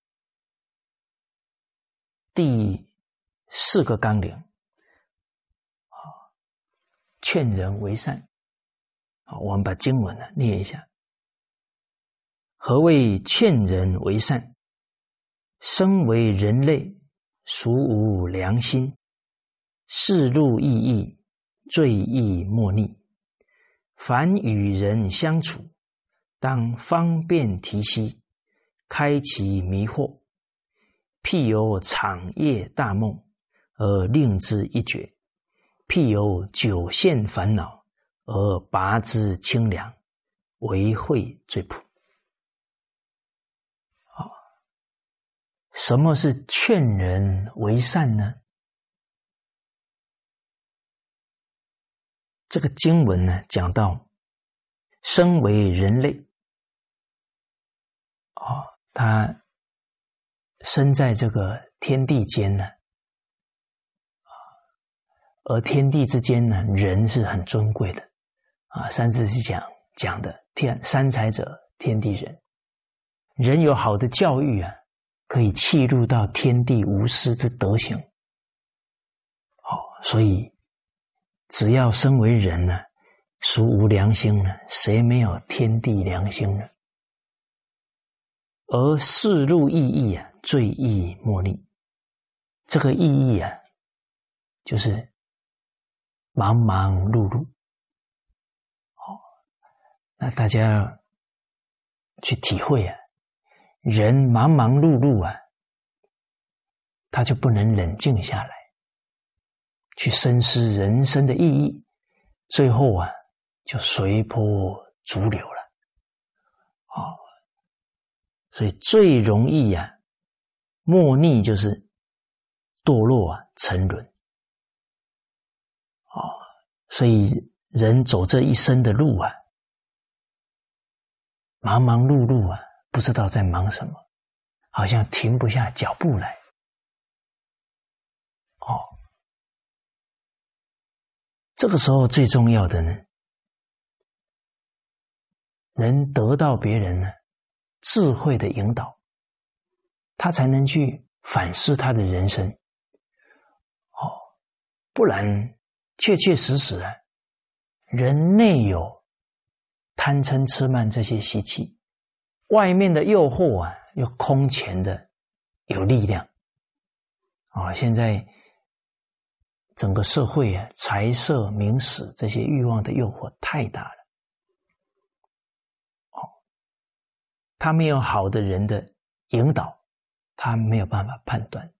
第四个纲领，啊，劝人为善。好，我们把经文呢念一下。何谓劝人为善？身为人类，孰无良心？事入意义，罪亦莫逆。凡与人相处，当方便提息，开其迷惑。譬有长夜大梦，而令之一觉；譬有久陷烦恼，而拔之清凉，为慧最朴。好，什么是劝人为善呢？这个经文呢，讲到身为人类，哦，他身在这个天地间呢，而天地之间呢，人是很尊贵的啊。三字是讲讲的天三才者，天地人。人有好的教育啊，可以契入到天地无私之德行。哦，所以只要身为人呢，孰无良心呢？谁没有天地良心呢？而事入意义啊，罪亦莫逆。这个意义啊，就是忙忙碌碌。哦，那大家去体会啊，人忙忙碌碌啊，他就不能冷静下来，去深思人生的意义，最后啊，就随波逐流了。哦，所以最容易啊，莫逆就是堕落啊，沉沦。哦，所以人走这一生的路啊，忙忙碌碌啊，不知道在忙什么，好像停不下脚步来。哦，这个时候最重要的呢，能得到别人呢智慧的引导，他才能去反思他的人生。哦，不然确确实实啊，人内有贪嗔痴慢这些习气，外面的诱惑啊又空前的有力量。哦，现在整个社会啊，财色名食这些欲望的诱惑太大了。哦，他没有好的人的引导，他没有办法判断。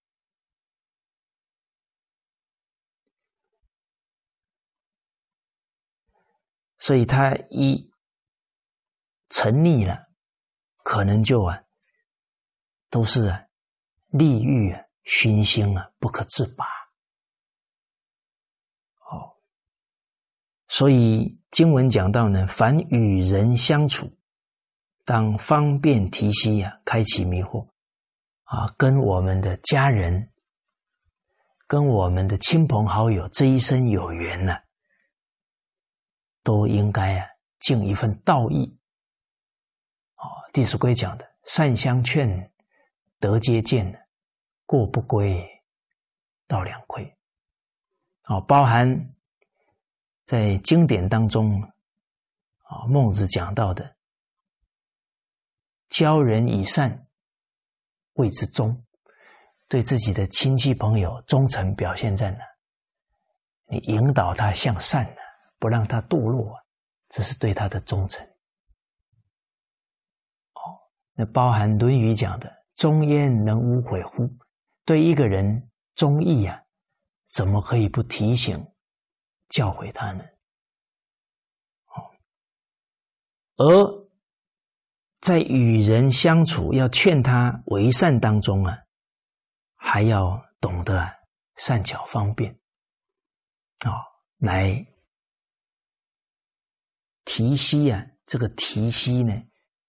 所以他一沉溺了，可能就啊都是啊利欲啊熏心啊不可自拔。哦，所以经文讲到呢，凡与人相处，当方便提息啊，开启迷惑啊，跟我们的家人，跟我们的亲朋好友这一生有缘呢、啊，都应该啊尽一份道义。哦，《弟子规》讲的善相劝，德皆见，过不归，道两亏。哦，包含在经典当中啊，孟子讲到的教人以善谓之忠，对自己的亲戚朋友忠诚表现在哪？你引导他向善呢，不让他堕落，这是对他的忠诚。哦，那包含《论语》讲的忠焉能无悔乎？对一个人忠义啊，怎么可以不提醒教诲他呢？哦，而在与人相处要劝他为善当中啊，还要懂得善巧方便，哦，来提息啊，这个提息呢，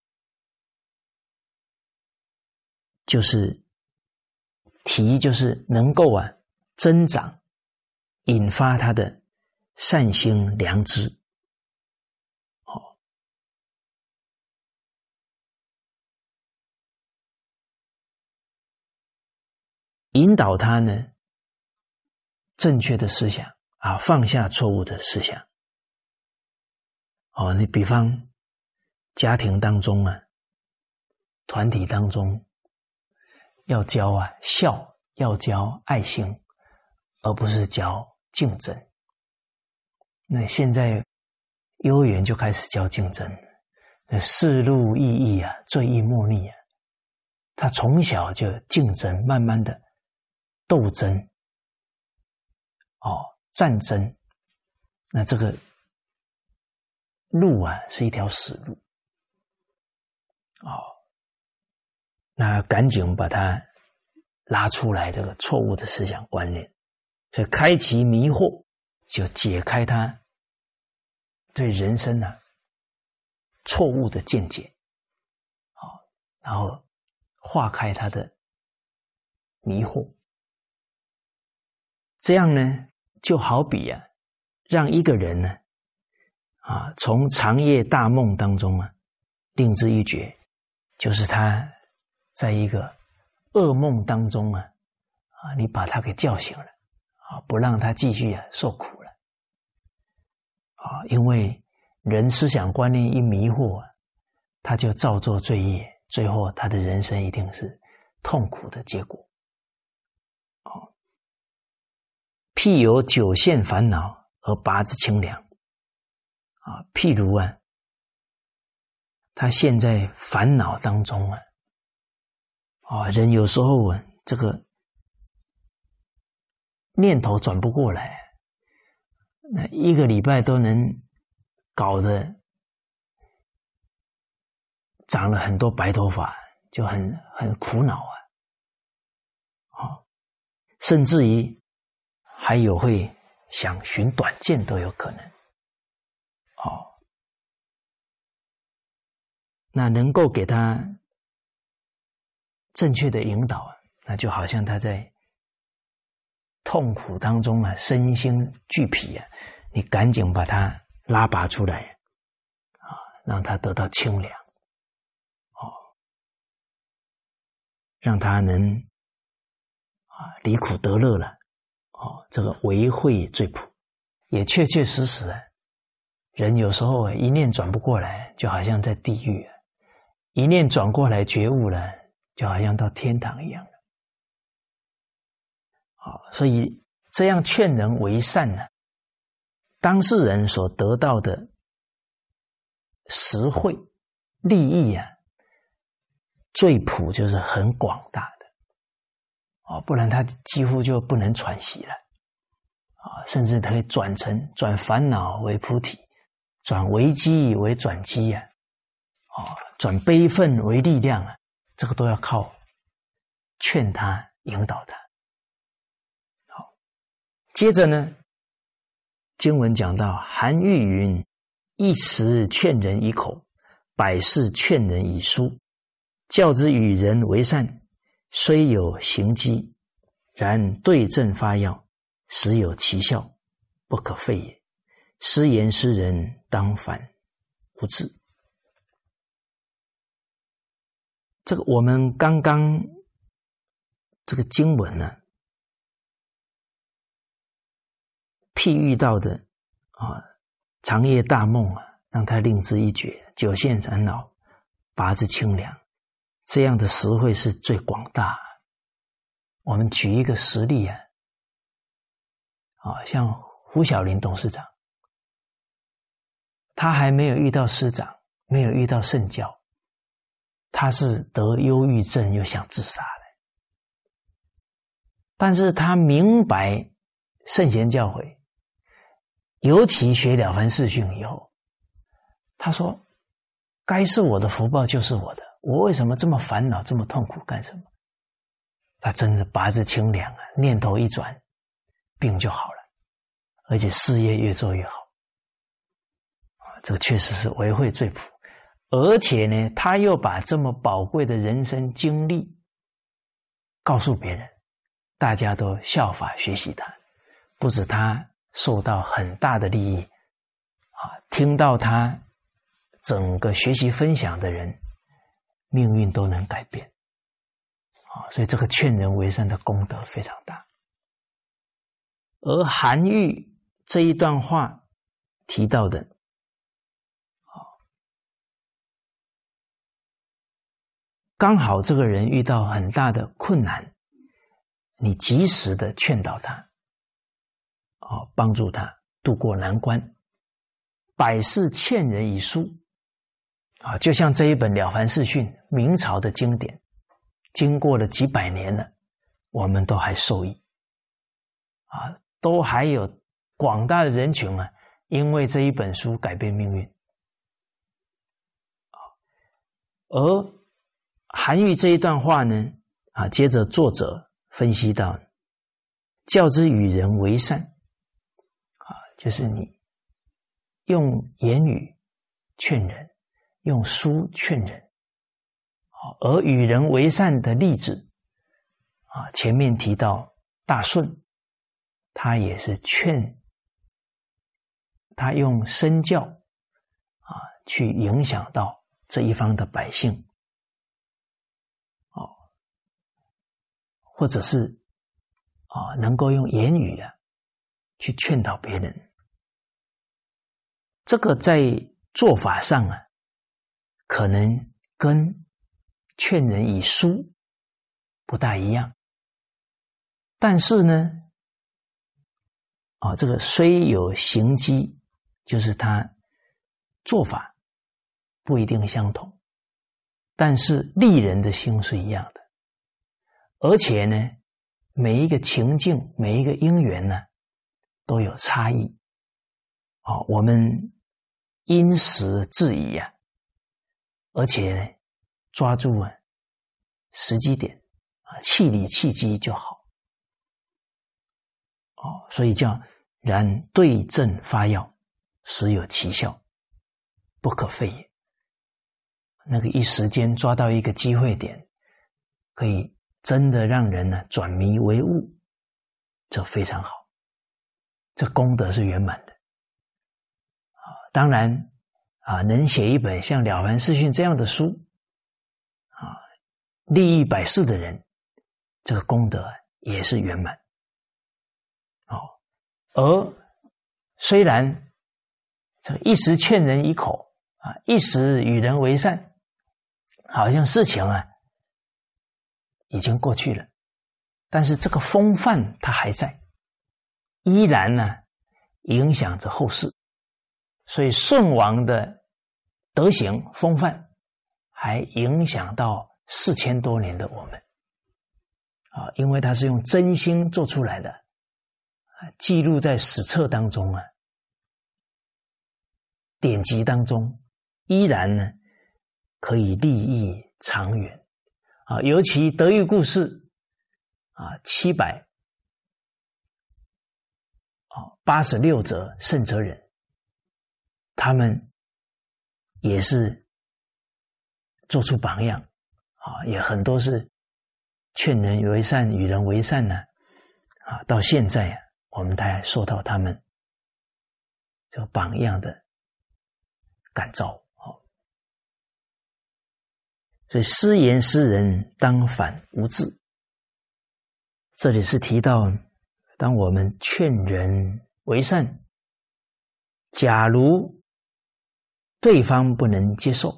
就是提就是能够啊增长，引发他的善心良知。哦，引导他呢正确的思想啊，放下错误的思想。哦，你比方家庭当中啊，团体当中要教啊孝，要教爱心，而不是教竞争。那现在幼儿园就开始教竞争，世路意义啊，最易莫逆啊。他从小就竞争，慢慢的斗争，哦，战争，那这个路啊是一条死路。哦，那赶紧把它拉出来，这个错误的思想观念，所以开其迷惑，就解开他对人生啊错误的见解，哦，然后化开他的迷惑。这样呢，就好比啊，让一个人呢，啊，从长夜大梦当中啊，令之一觉，就是他在一个噩梦当中啊，啊，你把他给叫醒了，啊，不让他继续啊受苦了，啊，因为人思想观念一迷惑啊，他就造作罪业，最后他的人生一定是痛苦的结果。哦，譬有九现烦恼而拔之清凉，啊，譬如啊，他现在烦恼当中啊，啊，人有时候啊，这个念头转不过来，那一个礼拜都能搞得长了很多白头发，就很很苦恼啊，哦，甚至于还有会想寻短见都有可能，哦，那能够给他正确的引导啊，那就好像他在痛苦当中啊，身心俱疲啊，你赶紧把他拉拔出来啊，让他得到清凉，哦，让他能啊离苦得乐了，哦，这个为慧最朴，也确确实实啊，人有时候一念转不过来，就好像在地狱啊，一念转过来觉悟了，就好像到天堂一样了。好，所以这样劝人为善呢，当事人所得到的实惠利益啊，最普就是很广大的，哦，不然他几乎就不能喘息了，啊，甚至他会转成转烦恼为菩提，转危机为转机啊，哦，转悲愤为力量啊，这个都要靠劝他引导他。接着呢，经文讲到韩愈云：一时劝人以口，百事劝人以书。教之与人为善，虽有行机，然对症发药，实有奇效，不可废也。失言失人，当反无治。这个我们刚刚这个经文呢，譬喻到的啊，长夜大梦啊，让他令之一觉，九现烦恼拔之清凉，这样的实惠是最广大。我们举一个实例啊，啊，像胡小林董事长，他还没有遇到师长，没有遇到圣教，他是得忧郁症又想自杀的，但是他明白圣贤教诲，尤其学了凡四训以后，他说该是我的福报就是我的，我为什么这么烦恼这么痛苦干什么？他真的拔之清凉啊，念头一转，病就好了，而且事业越做越好。 这个确实是为惠最朴，而且呢，他又把这么宝贵的人生经历告诉别人，大家都效法学习他，不止他受到很大的利益啊，听到他整个学习分享的人命运都能改变啊，所以这个劝人为善的功德非常大。而韩愈这一段话提到的刚好这个人遇到很大的困难，你及时的劝导他，哦，帮助他渡过难关。百世劝人以书，啊，就像这一本《了凡四训》，明朝的经典，经过了几百年了，我们都还受益，啊，都还有广大的人群啊，因为这一本书改变命运。而韩愈这一段话呢，啊，接着作者分析到，教之与人为善，啊，就是你用言语劝人，用书劝人，啊，而与人为善的例子，啊，前面提到大舜，他也是劝，他用身教，啊，去影响到这一方的百姓。或者是啊，能够用言语啊去劝导别人，这个在做法上啊，可能跟劝人以书不大一样，但是呢，啊，这个虽有行机，就是他做法不一定相同，但是利人的心是一样的。而且呢，每一个情境，每一个因缘呢，都有差异。哦，我们因时制宜啊，而且呢，抓住啊时机点啊，气理气机就好。哦，所以叫然对症发药，实有奇效，不可废也。那个一时间抓到一个机会点，可以真的让人呢转迷为悟，这非常好，这功德是圆满的。啊，当然啊，能写一本像《了凡四训》这样的书，啊，利益百世的人，这个功德也是圆满。哦，而虽然这一时劝人一口啊，一时与人为善，好像事情啊已经过去了，但是这个风范它还在，依然呢影响着后世。所以舜王的德行风范还影响到四千多年的我们啊，因为他是用真心做出来的，记录在史册当中啊，典籍当中，依然呢可以利益长远啊，尤其德育故事啊，七百啊八十六则圣哲人，他们也是做出榜样啊，也很多是劝人为善、与人为善呢啊，到现在啊，我们才受到他们这个榜样的感召。所以师言师人当反无智，这里是提到当我们劝人为善，假如对方不能接受，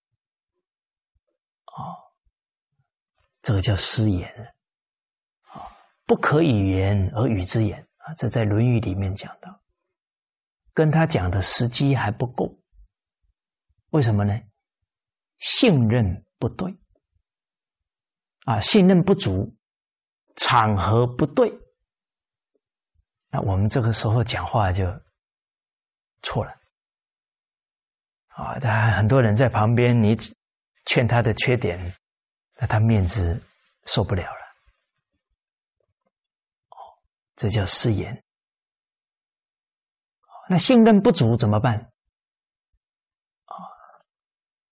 哦，这个叫师言，哦，不可以言而与之言啊，这在《论语》里面讲到，跟他讲的时机还不够，为什么呢？信任不对啊，信任不足，场合不对，那我们这个时候讲话就错了啊！他很多人在旁边，你劝他的缺点，那他面子受不了了。哦，这叫失言。那信任不足怎么办？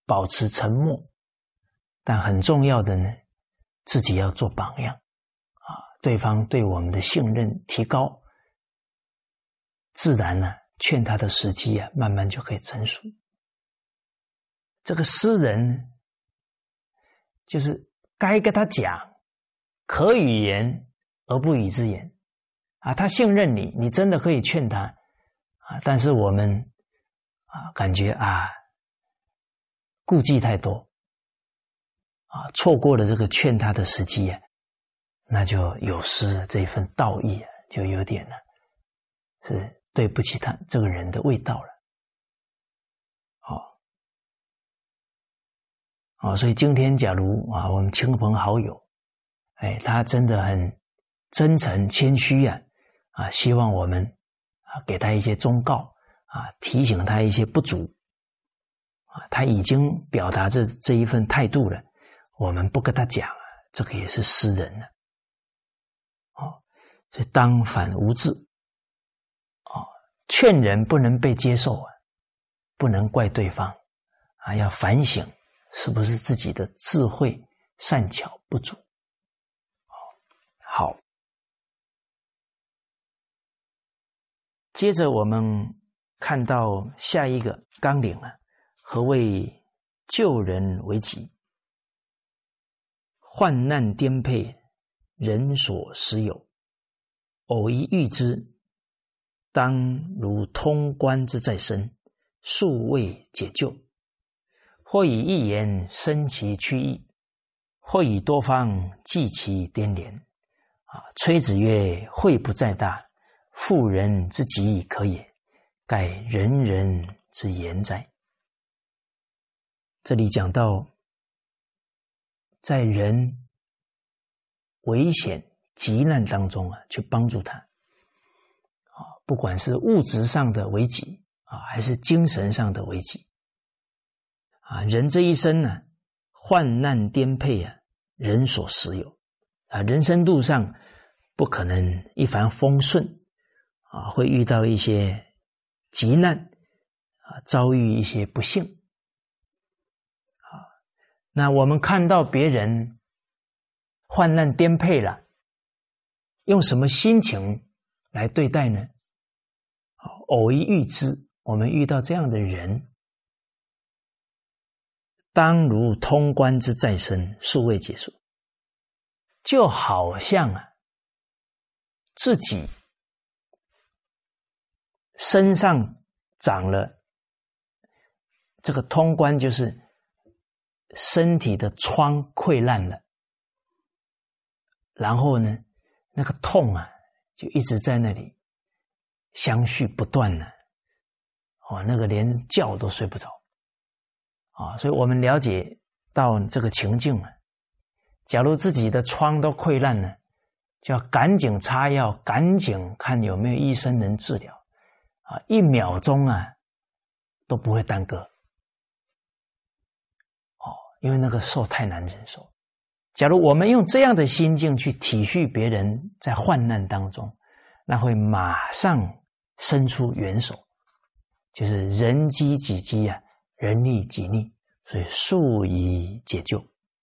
保持沉默，但很重要的呢，自己要做榜样啊，对方对我们的信任提高，自然呢，劝他的时机啊，慢慢就可以成熟。这个诗人就是该跟他讲，可语言而不语之言啊，他信任你，你真的可以劝他啊，但是我们啊，感觉啊，顾忌太多啊，错过了这个劝他的时机啊，那就有失这份道义啊，就有点了，是对不起他这个人的味道了。好，好，所以今天假如啊，我们亲朋好友，哎，他真的很真诚谦虚啊，啊，希望我们啊给他一些忠告啊，提醒他一些不足啊，他已经表达这这一份态度了，我们不跟他讲啊，这个也是失人了。哦，所以当反无智。哦，劝人不能被接受啊，不能怪对方啊，要反省是不是自己的智慧善巧不足。好，接着我们看到下一个纲领啊，何谓救人为己？患难颠沛，人所时有，偶一遇之，当如通关之在身，速为解救。或以一言生其去意，或以多方济其颠连。啊，崔子曰：惠不在大，妇人之急可也，盖人人之言哉。这里讲到在人危险急难当中啊，去帮助他啊，不管是物质上的危急啊，还是精神上的危急啊，人这一生呢，患难颠沛啊，人所时有啊，人生路上不可能一帆风顺啊，会遇到一些急难啊，遭遇一些不幸啊。那我们看到别人患难颠沛了，用什么心情来对待呢？偶一遇之，我们遇到这样的人，当如通关之在身，速为解除。就好像啊，自己身上长了这个通关，就是身体的疮溃烂了，然后呢，那个痛啊，就一直在那里相续不断了，哦，那个连觉都睡不着啊，所以我们了解到这个情境啊，假如自己的疮都溃烂了，就要赶紧擦药，赶紧看有没有医生能治疗啊，一秒钟啊都不会耽搁哦，因为那个受太难忍受。假如我们用这样的心境去体恤别人在患难当中，那会马上伸出援手，就是人饥己饥啊，人利己利，所以速以解救。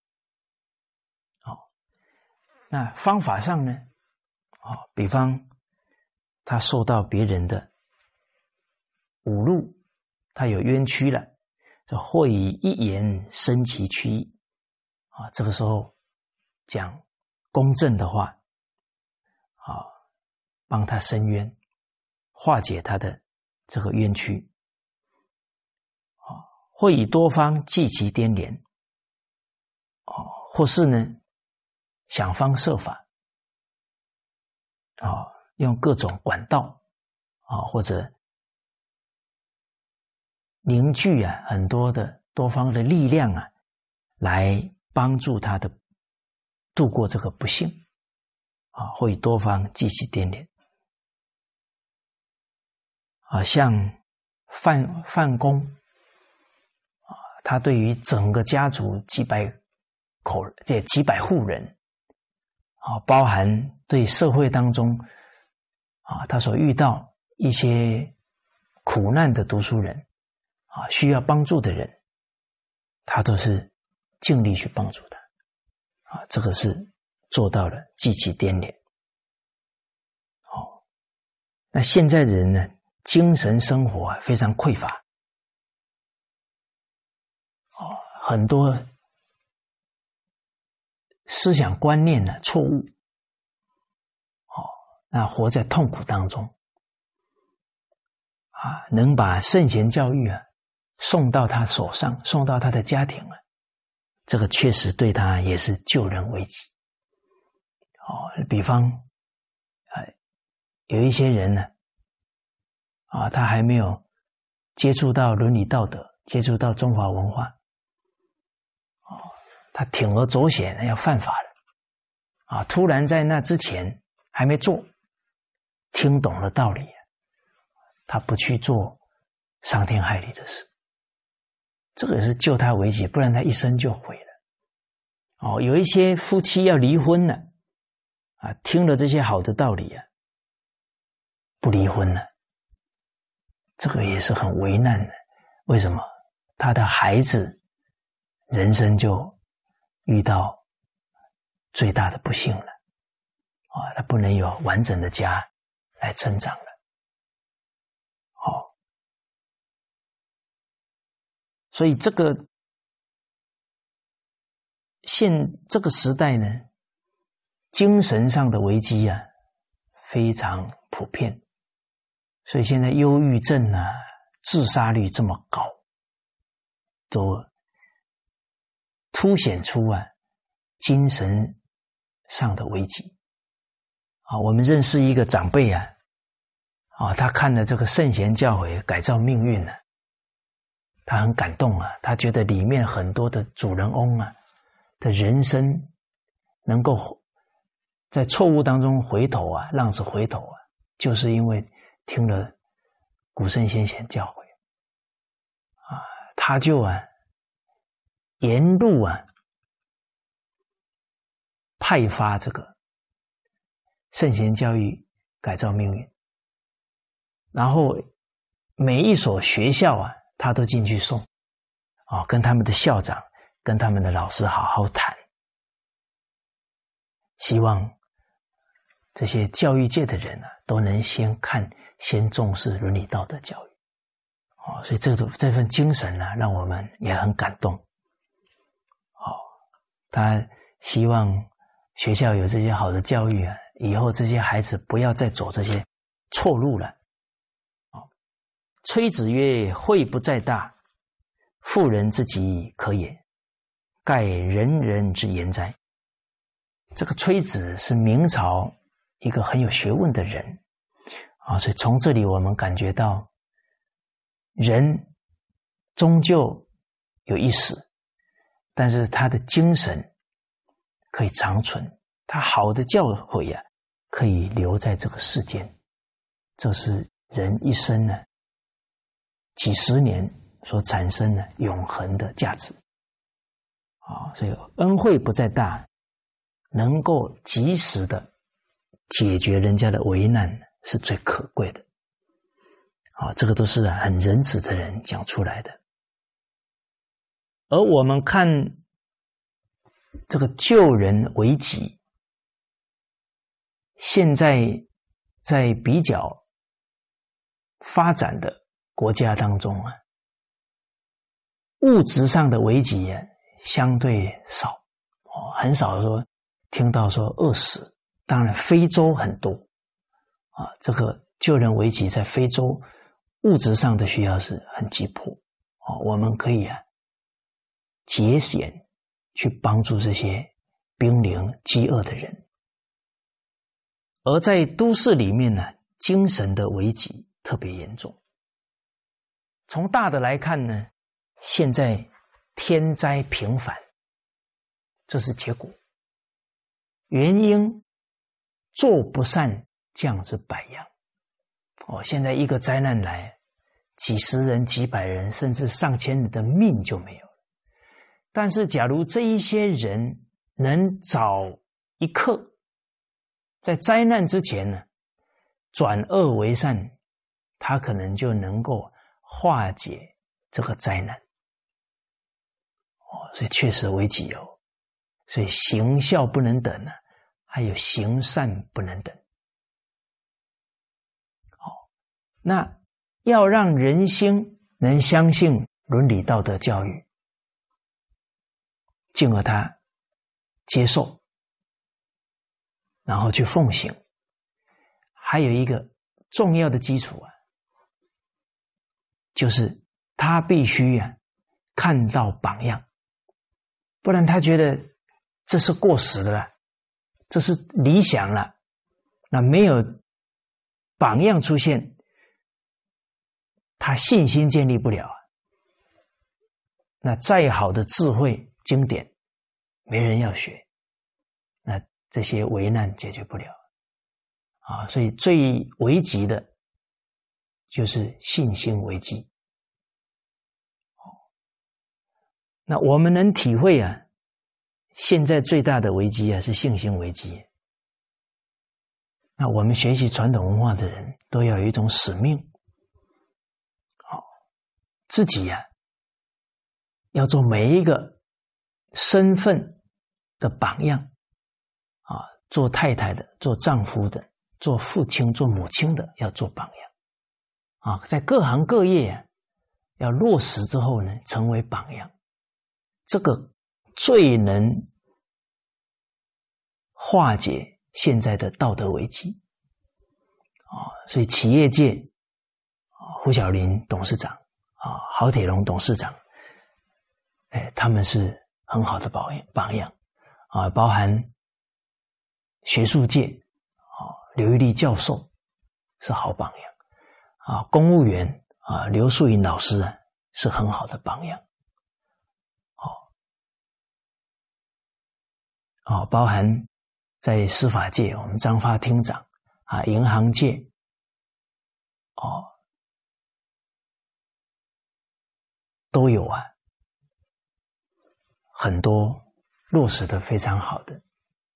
那方法上呢？哦，比方他受到别人的侮辱，他有冤屈了，这或以一言生其去意啊。这个时候讲公正的话啊，帮他伸冤，化解他的这个冤屈啊。或以多方济其颠连啊，或是呢，想方设法啊，用各种管道啊，或者凝聚啊很多的多方的力量啊，来帮助他的度过这个不幸啊，或以多方济其颠连啊，像范范公啊，他对于整个家族几百口这几百户人啊，包含对社会当中啊，他所遇到一些苦难的读书人啊，需要帮助的人他都是尽力去帮助他啊，这个是做到了济其颠连。哦，那现在人呢，精神生活啊非常匮乏，哦，很多思想观念呢错误，哦，那活在痛苦当中啊，能把圣贤教育啊送到他手上，送到他的家庭啊，这个确实对他也是救人为己。哦，比方，呃，有一些人呢，啊，他还没有接触到伦理道德，接触到中华文化，哦，他铤而走险要犯法了，啊，突然在那之前还没做，听懂了道理，他不去做伤天害理的事。这个也是救他为己，不然他一生就毁了。哦，有一些夫妻要离婚了，啊，听了这些好的道理啊，不离婚了，这个也是很为难的。为什么？他的孩子人生就遇到最大的不幸了，啊，他不能有完整的家来成长了。哦，所以这个现这个时代呢，精神上的危机啊非常普遍，所以现在忧郁症啊、自杀率这么高，都凸显出啊精神上的危机。啊，我们认识一个长辈啊，啊，他看了这个圣贤教诲改造命运呢、啊，他很感动啊，他觉得里面很多的主人翁啊的人生能够在错误当中回头啊，浪子回头啊，就是因为听了古圣先贤教诲啊，他就啊沿路啊派发这个圣贤教育改造命运，然后每一所学校啊他都进去送啊，跟他们的校长跟他们的老师好好谈，希望这些教育界的人啊都能先看先重视伦理道德教育。哦，所以这个这份精神呢、啊、让我们也很感动。哦，他希望学校有这些好的教育啊，以后这些孩子不要再走这些错路了。哦，崔子曰：惠不在大，妇人之急可也，盖人人之言哉。这个崔子是明朝一个很有学问的人啊，所以从这里我们感觉到人终究有一死，但是他的精神可以长存，他好的教诲啊可以留在这个世间，这是人一生呢几十年所产生的永恒的价值啊，所以恩惠不在大，能够及时的解决人家的为难是最可贵的。啊，这个都是很仁慈的人讲出来的。而我们看这个救人为己，现在在比较发展的国家当中啊，物质上的危机啊相对少，哦，很少说听到说饿死。当然非洲很多啊，这个救人为己在非洲物质上的需要是很急迫哦，我们可以啊节俭去帮助这些濒临饥饿的人。而在都市里面呢，精神的危机特别严重。从大的来看呢，现在天灾频繁，这是结果。原因做不善降之百殃。哦，现在一个灾难来，几十人、几百人，甚至上千人的命就没有了。但是假如这一些人能早一刻，在灾难之前呢，转恶为善，他可能就能够化解这个灾难。 所以确实为己有。所以行孝不能等啊，还有行善不能等。好，那要让人心能相信伦理道德教育，进而他接受，然后去奉行。还有一个重要的基础啊，就是他必须啊看到榜样，不然他觉得这是过时的了，这是理想了，那没有榜样出现，他信心建立不了。那再好的智慧经典，没人要学，那这些危难解决不了啊。所以最危急的就是信心危机。那我们能体会啊，现在最大的危机啊是信心危机。那我们学习传统文化的人都要有一种使命，好，自己啊要做每一个身份的榜样啊，做太太的，做丈夫的，做父亲做母亲的要做榜样啊，在各行各业啊要落实之后呢成为榜样，这个最能化解现在的道德危机啊。所以企业界胡小林董事长啊，郝铁龙董事长，哎，他们是很好的榜样榜样啊，包含学术界啊，刘玉立教授是好榜样啊，公务员啊，刘素云老师啊是很好的榜样。哦，包含在司法界，我们张发厅长啊，银行界，哦，都有啊，很多落实的非常好的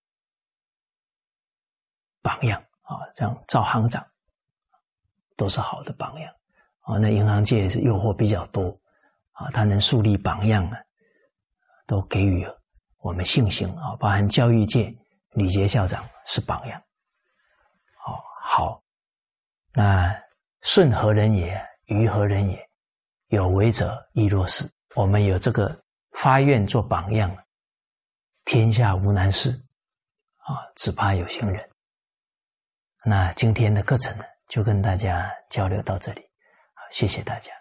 榜样啊，像赵行长都是好的榜样啊。那银行界也是诱惑比较多啊，他能树立榜样啊，都给予我们信心啊，包含教育界李杰校长是榜样。哦，好，那顺何人也，于何人也？有为者亦若是。我们有这个发愿做榜样，天下无难事啊，只怕有心人。那今天的课程呢，就跟大家交流到这里，好，谢谢大家。